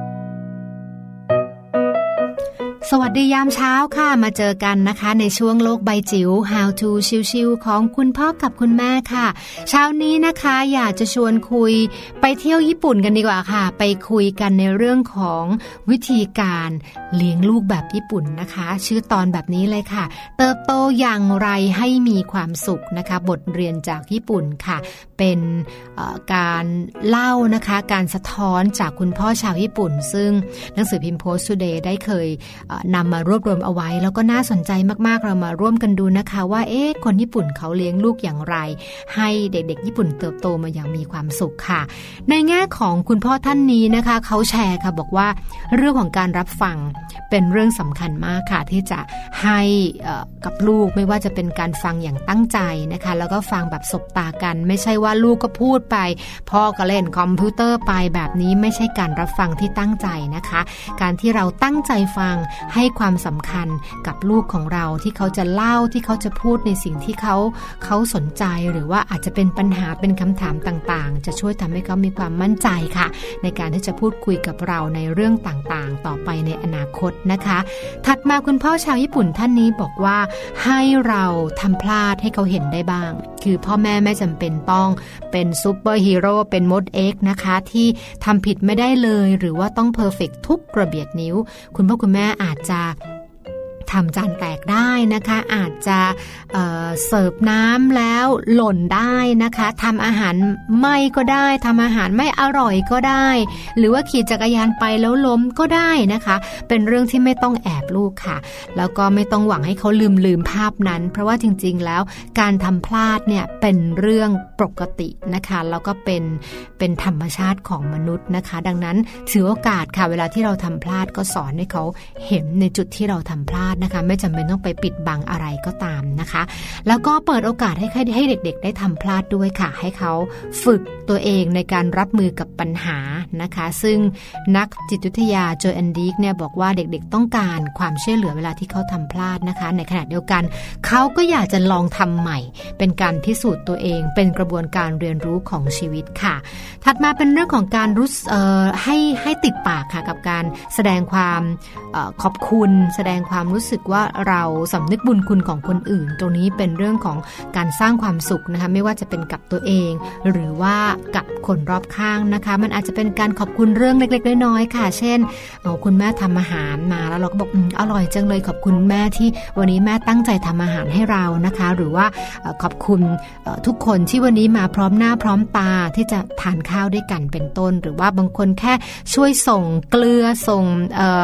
สวัสดียามเช้าค่ะมาเจอกันนะคะในช่วงโลกใบจิ๋ว How to ชิวๆของคุณพ่อกับคุณแม่ค่ะเช้านี้นะคะอยากจะชวนคุยไปเที่ยวญี่ปุ่นกันดีกว่าค่ะไปคุยกันในเรื่องของวิธีการเลี้ยงลูกแบบญี่ปุ่นนะคะชื่อตอนแบบนี้เลยค่ะเติบโตอย่างไรให้มีความสุขนะคะบทเรียนจากญี่ปุ่นค่ะเป็นการเล่านะคะการสะท้อนจากคุณพ่อชาวญี่ปุ่นซึ่งหนังสือพิมพ์ Post Today ได้เคยนำมารวบรวมเอาไว้แล้วก็น่าสนใจมากๆเรามาร่วมกันดูนะคะว่าเอ๊ะคนญี่ปุ่นเขาเลี้ยงลูกอย่างไรให้เด็กๆญี่ปุ่นเติบโตมาอย่างมีความสุขค่ะในแง่ของคุณพ่อท่านนี้นะคะเขาแชร์ค่ะบอกว่าเรื่องของการรับฟังเป็นเรื่องสำคัญมากค่ะที่จะให้กับลูกไม่ว่าจะเป็นการฟังอย่างตั้งใจนะคะแล้วก็ฟังแบบสบตากันไม่ใช่ว่าลูกก็พูดไปพ่อก็เล่นคอมพิวเตอร์ไปแบบนี้ไม่ใช่การรับฟังที่ตั้งใจนะคะการที่เราตั้งใจฟังให้ความสำคัญกับลูกของเราที่เขาจะเล่าที่เขาจะพูดในสิ่งที่เขาเขาสนใจหรือว่าอาจจะเป็นปัญหาเป็นคำถามต่างๆจะช่วยทำให้เขามีความมั่นใจค่ะในการที่จะพูดคุยกับเราในเรื่องต่างๆต่อไปในอนาคตนะคะถัดมาคุณพ่อชาวญี่ปุ่นท่านนี้บอกว่าให้เราทำพลาดให้เขาเห็นได้บ้างคือพ่อแม่ไม่จำเป็นต้องเป็นซูเปอร์ฮีโร่เป็นมดเอ็กซ์นะคะที่ทำผิดไม่ได้เลยหรือว่าต้องเพอร์เฟกต์ทุกกระเบียดนิ้วคุณพ่อคุณแม่อาจจะทำจานแตกได้นะคะอาจจะเอ่อเสิร์ฟน้ำแล้วหล่นได้นะคะทำอาหารไม่ก็ได้ทำอาหารไม่อร่อยก็ได้หรือว่าขี่จักรยานไปแล้วล้มก็ได้นะคะเป็นเรื่องที่ไม่ต้องแอบลูกค่ะแล้วก็ไม่ต้องหวังให้เขาลืมลืมภาพนั้นเพราะว่าจริงๆแล้วการทำพลาดเนี่ยเป็นเรื่องปกตินะคะแล้วก็เป็นเป็นธรรมชาติของมนุษย์นะคะดังนั้นถือโอกาสค่ะเวลาที่เราทำพลาดก็สอนให้เขาเห็นในจุดที่เราทำพลาดนะคะไม่จำเป็นต้องไปปิดบังอะไรก็ตามนะคะแล้วก็เปิดโอกาสให้ให้เด็กๆได้ทำพลาดด้วยค่ะให้เขาฝึกตัวเองในการรับมือกับปัญหานะคะซึ่งนักจิตวิทยาโจแอนดิกเนี่ยบอกว่าเด็กๆต้องการความช่วยเหลือเวลาที่เขาทำพลาดนะคะในขณะเดียวกันเขาก็อยากจะลองทำใหม่เป็นการพิสูจน์ตัวเองเป็นกระบวนการเรียนรู้ของชีวิตค่ะถัดมาเป็นเรื่องของการรู้เอ่อให้ให้ติดปากค่ะกับการแสดงความเอ่อขอบคุณแสดงความรู้สึกว่าเราสำนึกบุญคุณของคนอื่นตรงนี้เป็นเรื่องของการสร้างความสุขนะคะไม่ว่าจะเป็นกับตัวเองหรือว่ากับคนรอบข้างนะคะมันอาจจะเป็นการขอบคุณเรื่องเล็กๆน้อยๆค่ะเช่นเอาคุณแม่ทำอาหารมาแล้วเราก็บอก อ, อร่อยจังเลยขอบคุณแม่ที่วันนี้แม่ตั้งใจทำอาหารให้เรานะคะหรือว่าขอบคุณทุกคนที่วันนี้มาพร้อมหน้าพร้อมตาที่จะทานข้าวด้วยกันเป็นต้นหรือว่าบางคนแค่ช่วยส่งเกลือส่ง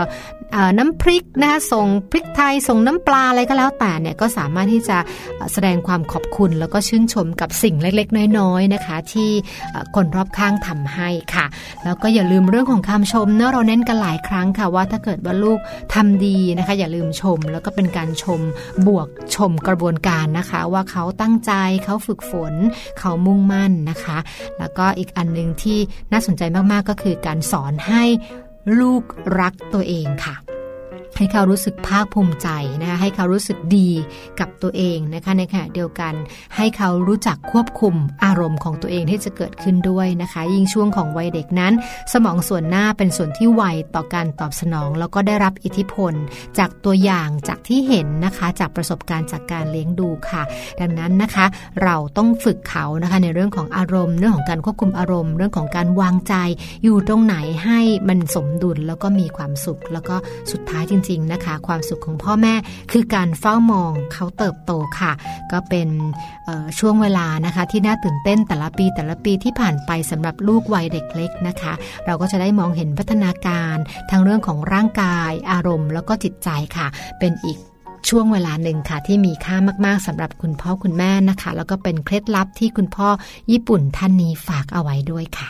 น้ำพริกนะคะส่งพริกไทยส่งน้ำปลาอะไรก็แล้วแต่เนี่ยก็สามารถที่จะแสดงความขอบคุณแล้วก็ชื่นชมกับสิ่งเล็กๆน้อยๆนะคะที่คนรอบข้างทำให้ค่ะแล้วก็อย่าลืมเรื่องของคำชมเนอะเราเน้นกันหลายครั้งค่ะว่าถ้าเกิดว่าลูกทำดีนะคะอย่าลืมชมแล้วก็เป็นการชมบวกชมกระบวนการนะคะว่าเขาตั้งใจเขาฝึกฝนเขามุ่งมั่นนะคะแล้วก็อีกอันนึงที่น่าสนใจมากๆก็คือการสอนให้ลูกรักตัวเองค่ะให้เขารู้สึกภาคภูมิใจนะคะให้เขารู้สึกดีกับตัวเองนะคะในขณะเดียวกันให้เขารู้จักควบคุมอารมณ์ของตัวเองที่จะเกิดขึ้นด้วยนะคะยิ่งช่วงของวัยเด็กนั้นสมองส่วนหน้าเป็นส่วนที่ไวต่อการตอบสนองแล้วก็ได้รับอิทธิพลจากตัวอย่างจากที่เห็นนะคะจากประสบการณ์จากการเลี้ยงดูค่ะดังนั้นนะคะเราต้องฝึกเขานะคะในเรื่องของอารมณ์เรื่องของการควบคุมอารมณ์เรื่องของการวางใจอยู่ตรงไหนให้มันสมดุลแล้วก็มีความสุขแล้วก็สุดท้ายจริงๆนะคะความสุขของพ่อแม่คือการเฝ้ามองเขาเติบโตค่ะก็เป็นช่วงเวลานะคะที่น่าตื่นเต้นแต่ละปีแต่ละปีที่ผ่านไปสำหรับลูกวัยเด็กเล็กนะคะเราก็จะได้มองเห็นพัฒนาการทั้งเรื่องของร่างกายอารมณ์แล้วก็จิตใจค่ะเป็นอีกช่วงเวลาหนึ่งค่ะที่มีค่ามากๆสำหรับคุณพ่อคุณแม่นะคะแล้วก็เป็นเคล็ดลับที่คุณพ่อญี่ปุ่นท่านนี้ฝากเอาไว้ด้วยค่ะ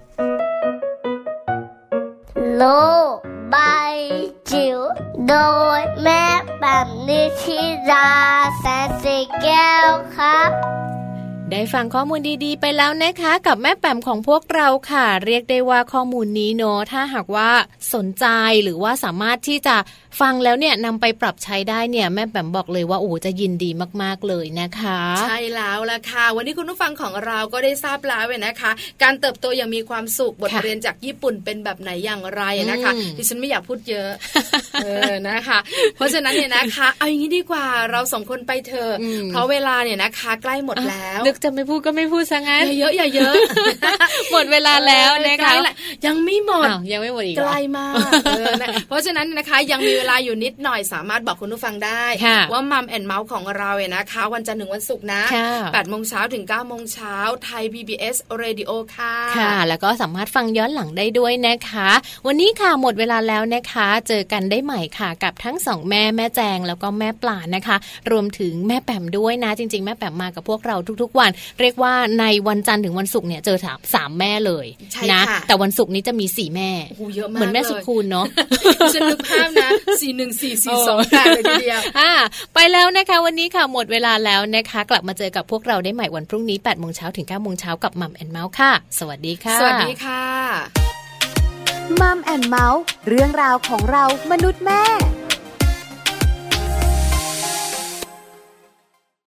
โลกใบจิ๋วโดยแม่แบบนิชิราแสนสีแก้วครับได้ฟังข้อมูลดีๆไปแล้วนะคะกับแม่แป๋มของพวกเราค่ะเรียกได้ว่าข้อมูลนี้เนาะถ้าหากว่าสนใจหรือว่าสามารถที่จะฟังแล้วเนี่ยนำไปปรับใช้ได้เนี่ยแม่แป๋มบอกเลยว่าโอ้จะยินดีมากๆเลยนะคะใช่แล้วล่ะค่ะวันนี้คุณผู้ฟังของเราก็ได้ทราบแล้วเลยนะคะการเติบโตอย่างมีความสุขบทเรียนจากญี่ปุ่นเป็นแบบไหนอย่างไรนะคะดิฉันไม่อยากพูดเยอะเออนะคะเพราะฉะนั้นเนี่ยนะคะเอาอย่างนี้ดีกว่าเราสองคนไปเถอะเพราะเวลาเนี่ยนะคะใกล้หมดแล้วนึกจะไม่พูดก็ไม่พูดซะงั้นอย่าเยอะอย่าเยอะหมดเวลาแล้วนะคะยังไม่หมดยังไม่หมดอีกใกล้มากเพราะฉะนั้นนะคะยังมีเวลาอยู่นิดหน่อยสามารถบอกคุณผู้ฟังได้ว่ามัมแอนด์เมาส์ของเราเนี่ยนะคะวันจันทร์ถึงวันศุกร์นะ แปดโมงเช้าถึง เก้าโมงเช้าไทย พี บี เอส Radio ค่ะค่ะแล้วก็สามารถฟังย้อนหลังได้ด้วยนะคะวันนี้ค่ะหมดเวลาแล้วนะคะเจอกันได้ใหม่ค่ะกับทั้งสองแม่แม่แจงแล้วก็แม่ปลานะคะรวมถึงแม่แป๋มด้วยนะจริงๆแม่แป๋มมากับพวกเราทุกๆวันเรียกว่าในวันจันทร์ถึงวันศุกร์เนี่ยเจอสามแม่เลยนะแต่วันศุกร์นี้จะมีสี่แม่เหมือนแม่สุคูณเนาะฉันนึกภาพนะสี่หนึ่งสี่ สี่สองแปดเลยทีเดียวอ่าไปแล้วนะคะวันนี้ค่ะหมดเวลาแล้วนะคะกลับมาเจอกับพวกเราได้ใหม่วันพรุ่งนี้ แปดโมงเช้าถึง เก้าโมงเช้ากับมัมแอนด์เมาส์ค่ะสวัสดีค่ะสวัสดีค่ะมัมแอนด์เมาส์เรื่องราวของเรามนุษย์แม่